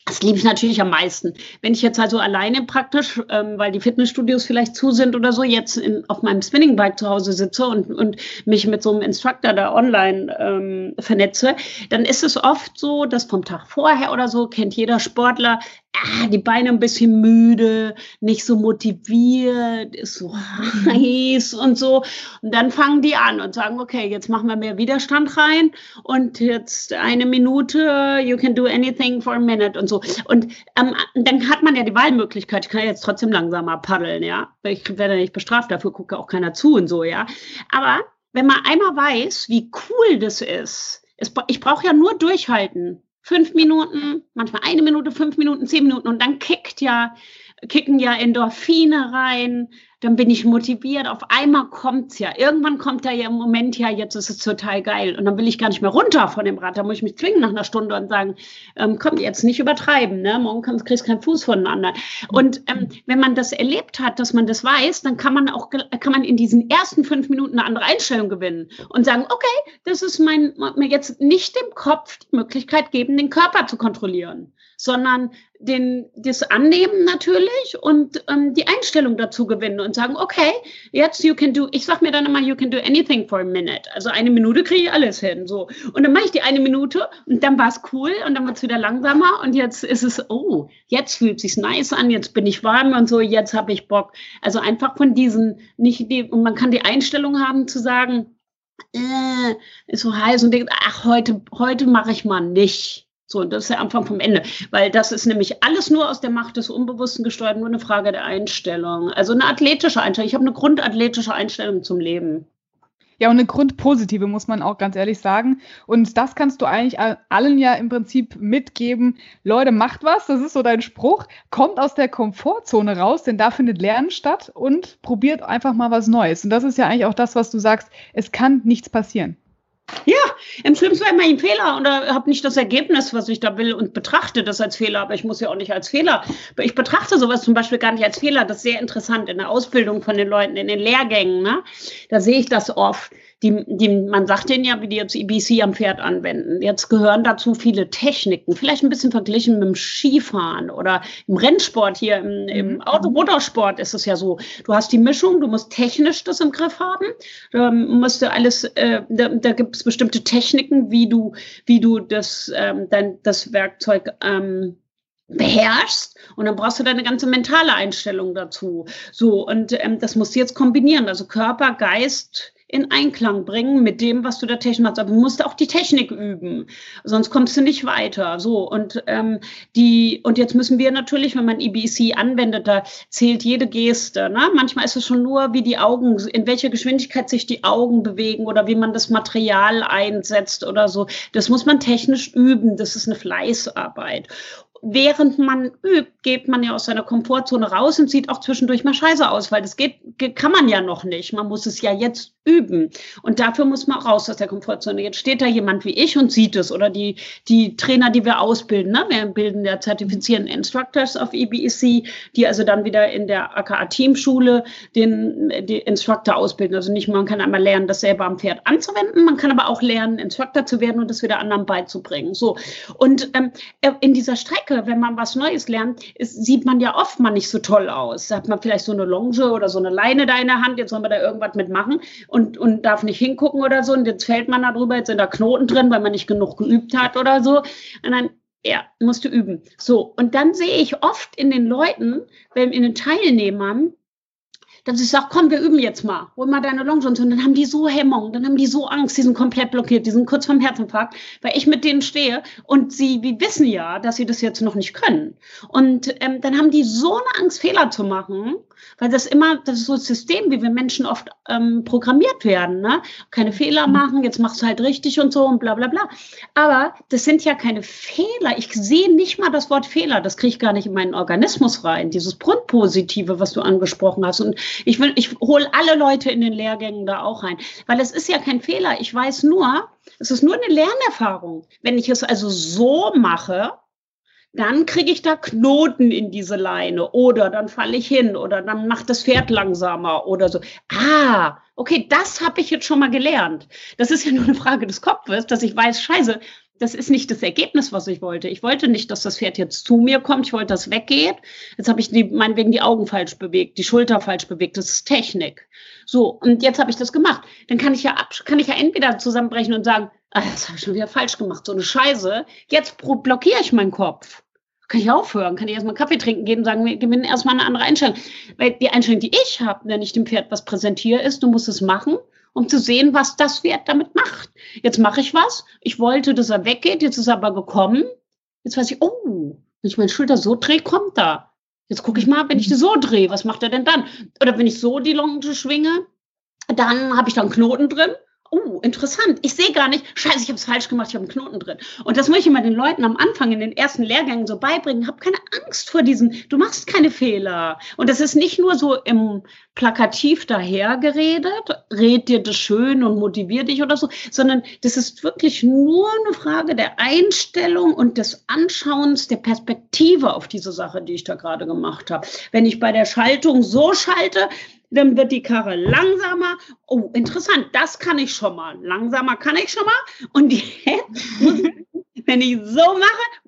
Das liebe ich natürlich am meisten. Wenn ich jetzt also alleine praktisch, weil die Fitnessstudios vielleicht zu sind oder so, jetzt auf meinem Spinningbike zu Hause sitze und mich mit so einem Instructor da online vernetze, dann ist es oft so, dass vom Tag vorher oder so kennt jeder Sportler, die Beine ein bisschen müde, nicht so motiviert, ist so heiß und so. Und dann fangen die an und sagen, okay, jetzt machen wir mehr Widerstand rein und jetzt 1 Minute, you can do anything for a minute und so. Und dann hat man ja die Wahlmöglichkeit, ich kann jetzt trotzdem langsamer paddeln, ja. Ich werde nicht bestraft, dafür guckt auch keiner zu und so, ja. Aber wenn man einmal weiß, wie cool das ist, ich brauche ja nur durchhalten. 5 Minuten, manchmal 1 Minute, 5 Minuten, 10 Minuten und dann kicken ja Endorphine rein, dann bin ich motiviert, auf einmal kommt's ja. Irgendwann kommt da ja im Moment, ja, jetzt ist es total geil und dann will ich gar nicht mehr runter von dem Rad, da muss ich mich zwingen nach einer Stunde und sagen, komm, jetzt nicht übertreiben, ne? Morgen kriegst keinen Fuß voneinander. Und wenn man das erlebt hat, dass man das weiß, dann kann man in diesen ersten 5 Minuten eine andere Einstellung gewinnen und sagen, okay, das ist mir jetzt nicht dem Kopf die Möglichkeit geben, den Körper zu kontrollieren, sondern das Annehmen natürlich und die Einstellung dazu gewinnen und sagen, okay, jetzt ich sag mir dann immer, you can do anything for a minute. Also 1 Minute kriege ich alles hin. So. Und dann mache ich die 1 Minute und dann war es cool und dann wird es wieder langsamer und jetzt ist es, jetzt fühlt es sich nice an, jetzt bin ich warm und so, jetzt habe ich Bock. Also einfach von diesen, und man kann die Einstellung haben zu sagen, ist so heiß und denkt, ach, heute mache ich mal nicht. So, und das ist der Anfang vom Ende, weil das ist nämlich alles nur aus der Macht des Unbewussten gesteuert, nur eine Frage der Einstellung. Also eine athletische Einstellung. Ich habe eine grundathletische Einstellung zum Leben. Ja, und eine grundpositive, muss man auch ganz ehrlich sagen. Und das kannst du eigentlich allen ja im Prinzip mitgeben. Leute, macht was, das ist so dein Spruch. Kommt aus der Komfortzone raus, denn da findet Lernen statt und probiert einfach mal was Neues. Und das ist ja eigentlich auch das, was du sagst, es kann nichts passieren. Ja, im schlimmsten Fall mache ich einen Fehler oder habe nicht das Ergebnis, was ich da will und betrachte das als Fehler, aber ich muss ja auch nicht als Fehler. Ich betrachte sowas zum Beispiel gar nicht als Fehler. Das ist sehr interessant in der Ausbildung von den Leuten, in den Lehrgängen. Ne? Da sehe ich das oft. Man sagt denen ja, wie die jetzt EBC am Pferd anwenden. Jetzt gehören dazu viele Techniken, vielleicht ein bisschen verglichen mit dem Skifahren oder im Rennsport hier, im Motorsport ist es ja so. Du hast die Mischung, du musst technisch das im Griff haben. Da musst du alles, da gibt es bestimmte Techniken, wie du das Werkzeug beherrschst und dann brauchst du deine ganze mentale Einstellung dazu. So, und das musst du jetzt kombinieren, also Körper, Geist in Einklang bringen mit dem, was du da technisch machst. Aber du musst auch die Technik üben, sonst kommst du nicht weiter. So, und jetzt müssen wir natürlich, wenn man EBC anwendet, da zählt jede Geste. Ne? Manchmal ist es schon nur, wie die Augen, in welcher Geschwindigkeit sich die Augen bewegen oder wie man das Material einsetzt oder so. Das muss man technisch üben. Das ist eine Fleißarbeit. Während man übt, geht man ja aus seiner Komfortzone raus und sieht auch zwischendurch mal scheiße aus, weil das kann man ja noch nicht. Man muss es ja jetzt üben. Und dafür muss man raus aus der Komfortzone. Jetzt steht da jemand wie ich und sieht es. Oder die Trainer, die wir ausbilden. Ne? Wir bilden ja zertifizierten Instructors auf EBEC, die also dann wieder in der AKA-Teamschule die Instructor ausbilden. Also nicht, man kann einmal lernen, das selber am Pferd anzuwenden. Man kann aber auch lernen, Instructor zu werden und das wieder anderen beizubringen. So. Und in dieser Strecke, wenn man was Neues lernt, sieht man ja oft mal nicht so toll aus. Da hat man vielleicht so eine Longe oder so eine Leine da in der Hand, jetzt soll man da irgendwas mitmachen und darf nicht hingucken oder so und jetzt fällt man da drüber, jetzt sind da Knoten drin, weil man nicht genug geübt hat oder so und dann, ja, musst du üben. So, und dann sehe ich oft in den Leuten, in den Teilnehmern, dass ich sage, komm, wir üben jetzt mal, hol mal deine Longe und so. Und dann haben die so Hemmung, dann haben die so Angst, die sind komplett blockiert, die sind kurz vorm Herzinfarkt, weil ich mit denen stehe und wir wissen ja, dass sie das jetzt noch nicht können. Und dann haben die so eine Angst, Fehler zu machen, weil das ist so ein System, wie wir Menschen oft programmiert werden, ne? Keine Fehler machen, jetzt machst du halt richtig und so und bla bla bla. Aber das sind ja keine Fehler. Ich sehe nicht mal das Wort Fehler, das kriege ich gar nicht in meinen Organismus rein, dieses Grundpositive, was du angesprochen hast. Und ich hole alle Leute in den Lehrgängen da auch rein, weil es ist ja kein Fehler. Ich weiß nur, es ist nur eine Lernerfahrung. Wenn ich es also so mache, dann kriege ich da Knoten in diese Leine oder dann falle ich hin oder dann macht das Pferd langsamer oder so. Okay, das habe ich jetzt schon mal gelernt. Das ist ja nur eine Frage des Kopfes, dass ich weiß, scheiße, das ist nicht das Ergebnis, was ich wollte. Ich wollte nicht, dass das Pferd jetzt zu mir kommt. Ich wollte, dass es weggeht. Jetzt habe ich meinetwegen die Augen falsch bewegt, die Schulter falsch bewegt. Das ist Technik. So, und jetzt habe ich das gemacht. Dann kann ich ja entweder zusammenbrechen und sagen, das habe ich schon wieder falsch gemacht, so eine Scheiße. Jetzt blockiere ich meinen Kopf. Kann ich aufhören? Kann ich erstmal Kaffee trinken gehen und sagen, wir gewinnen erstmal eine andere Einstellung. Weil die Einstellung, die ich habe, wenn ich dem Pferd was präsentiere, ist, du musst es machen, um zu sehen, was das Pferd damit macht. Jetzt mache ich was. Ich wollte, dass er weggeht. Jetzt ist er aber gekommen. Jetzt weiß ich, wenn ich meine Schulter so drehe, kommt er. Jetzt gucke ich mal, wenn ich die so drehe, was macht er denn dann? Oder wenn ich so die Longe schwinge, dann habe ich da einen Knoten drin. Interessant. Ich sehe gar nicht, scheiße, ich habe es falsch gemacht, ich habe einen Knoten drin. Und das muss ich immer den Leuten am Anfang in den ersten Lehrgängen so beibringen. Hab keine Angst vor du machst keine Fehler. Und das ist nicht nur so im plakativ dahergeredet, red dir das schön und motivier dich oder so, sondern das ist wirklich nur eine Frage der Einstellung und des Anschauens, der Perspektive auf diese Sache, die ich da gerade gemacht habe. Wenn ich bei der Schaltung so schalte, dann wird die Karre langsamer. Interessant, das kann ich schon mal. Langsamer kann ich schon mal. Und jetzt muss ich, wenn ich so mache,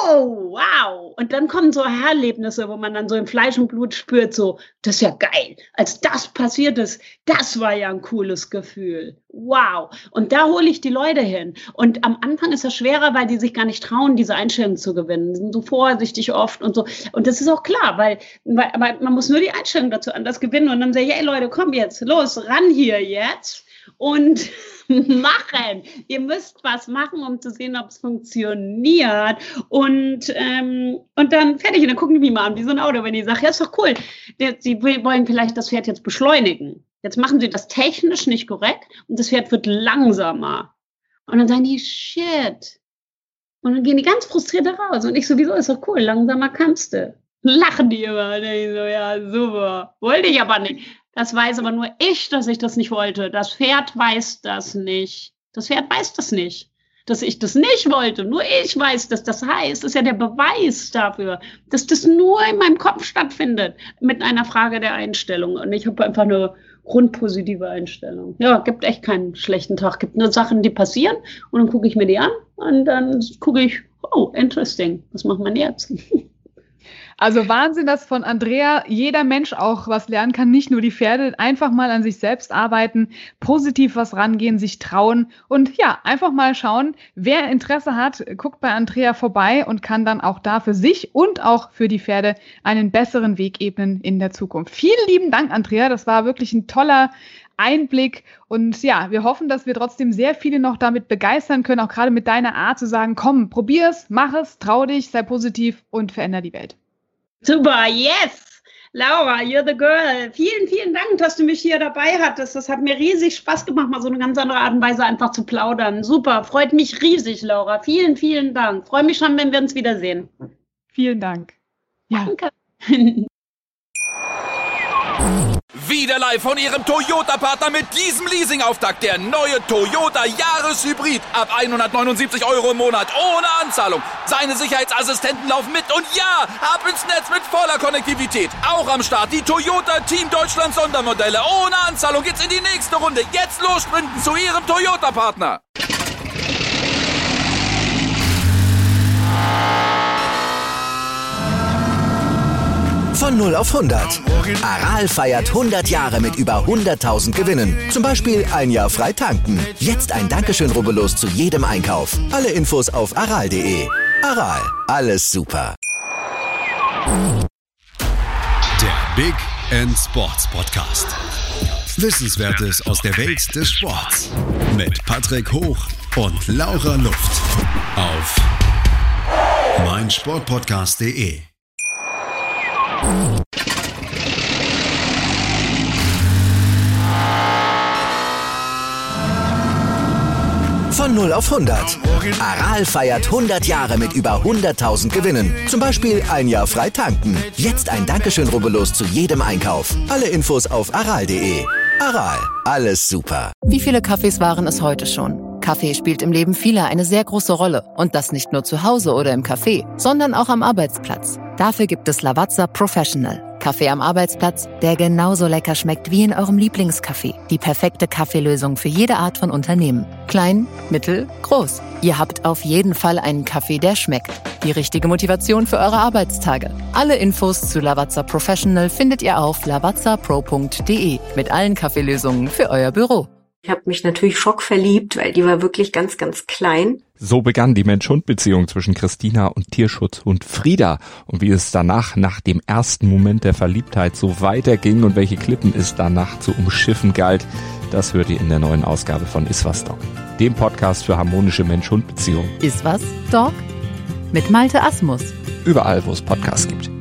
wow. Und dann kommen so Erlebnisse, wo man dann so im Fleisch und Blut spürt, so, das ist ja geil. Als das passiert ist, das war ja ein cooles Gefühl. Wow. Und da hole ich die Leute hin. Und am Anfang ist das schwerer, weil die sich gar nicht trauen, diese Einstellung zu gewinnen. Die sind so vorsichtig oft und so. Und das ist auch klar, weil man muss nur die Einstellung dazu anders gewinnen. Und dann sage ich, hey Leute, komm jetzt, los, ran hier jetzt. Und machen. Ihr müsst was machen, um zu sehen, ob es funktioniert. Und dann fertig. Und dann gucken die mich mal an, wie so ein Auto, wenn die sagen, ja, ist doch cool. Sie wollen vielleicht das Pferd jetzt beschleunigen. Jetzt machen sie das technisch nicht korrekt und das Pferd wird langsamer. Und dann sagen die, shit. Und dann gehen die ganz frustriert raus. Und ich sowieso, ist doch cool, langsamer kannst du. Lachen die immer. Und ich so, ja, super. Wollte ich aber nicht. Das weiß aber nur ich, dass ich das nicht wollte. Das Pferd weiß das nicht. Das Pferd weiß das nicht, dass ich das nicht wollte. Nur ich weiß, dass das heißt. Das ist ja der Beweis dafür, dass das nur in meinem Kopf stattfindet. Mit einer Frage der Einstellung. Und ich habe einfach eine grundpositive Einstellung. Ja, gibt echt keinen schlechten Tag. Gibt nur Sachen, die passieren. Und dann gucke ich mir die an. Und dann gucke ich, interesting. Was macht man jetzt? Also Wahnsinn, dass von Andrea jeder Mensch auch was lernen kann, nicht nur die Pferde. Einfach mal an sich selbst arbeiten, positiv was rangehen, sich trauen und ja, einfach mal schauen, wer Interesse hat, guckt bei Andrea vorbei und kann dann auch da für sich und auch für die Pferde einen besseren Weg ebnen in der Zukunft. Vielen lieben Dank, Andrea. Das war wirklich ein toller Einblick und ja, wir hoffen, dass wir trotzdem sehr viele noch damit begeistern können, auch gerade mit deiner Art zu sagen, komm, probier's, mach es, trau dich, sei positiv und veränder die Welt. Super, yes! Laura, you're the girl. Vielen, vielen Dank, dass du mich hier dabei hattest. Das hat mir riesig Spaß gemacht, mal so eine ganz andere Art und Weise einfach zu plaudern. Super, freut mich riesig, Laura. Vielen, vielen Dank. Freue mich schon, wenn wir uns wiedersehen. Vielen Dank. Ja. Danke. Wieder live von Ihrem Toyota-Partner mit diesem Leasing-Auftakt. Der neue Toyota Jahreshybrid. Ab 179 € im Monat. Ohne Anzahlung. Seine Sicherheitsassistenten laufen mit. Und ja, ab ins Netz mit voller Konnektivität. Auch am Start die Toyota Team Deutschland Sondermodelle. Ohne Anzahlung geht's in die nächste Runde. Jetzt los sprinten zu Ihrem Toyota-Partner. Von 0 auf 100. Aral feiert 100 Jahre mit über 100.000 Gewinnen. Zum Beispiel ein Jahr frei tanken. Jetzt ein Dankeschön, rubbellos zu jedem Einkauf. Alle Infos auf aral.de. Aral, alles super. Der Big End Sports Podcast. Wissenswertes aus der Welt des Sports. Mit Patrick Hoch und Laura Luft. Auf meinsportpodcast.de. Von 0 auf 100. Aral feiert 100 Jahre mit über 100.000 Gewinnen. Zum Beispiel ein Jahr frei tanken. Jetzt ein Dankeschön, rubbellos zu jedem Einkauf. Alle Infos auf aral.de. Aral, alles super. Wie viele Kaffees waren es heute schon? Kaffee spielt im Leben vieler eine sehr große Rolle. Und das nicht nur zu Hause oder im Café, sondern auch am Arbeitsplatz. Dafür gibt es Lavazza Professional. Kaffee am Arbeitsplatz, der genauso lecker schmeckt wie in eurem Lieblingscafé. Die perfekte Kaffeelösung für jede Art von Unternehmen. Klein, mittel, groß. Ihr habt auf jeden Fall einen Kaffee, der schmeckt. Die richtige Motivation für eure Arbeitstage. Alle Infos zu Lavazza Professional findet ihr auf lavazzapro.de mit allen Kaffeelösungen für euer Büro. Ich habe mich natürlich schockverliebt, weil die war wirklich ganz, ganz klein. So begann die Mensch-Hund-Beziehung zwischen Christina und Tierschutzhund Frieda. Und wie es danach, nach dem ersten Moment der Verliebtheit, so weiterging und welche Klippen es danach zu umschiffen galt, das hört ihr in der neuen Ausgabe von Iswas Dog, dem Podcast für harmonische Mensch-Hund-Beziehungen. Iswas Dog? Mit Malte Asmus. Überall, wo es Podcasts gibt.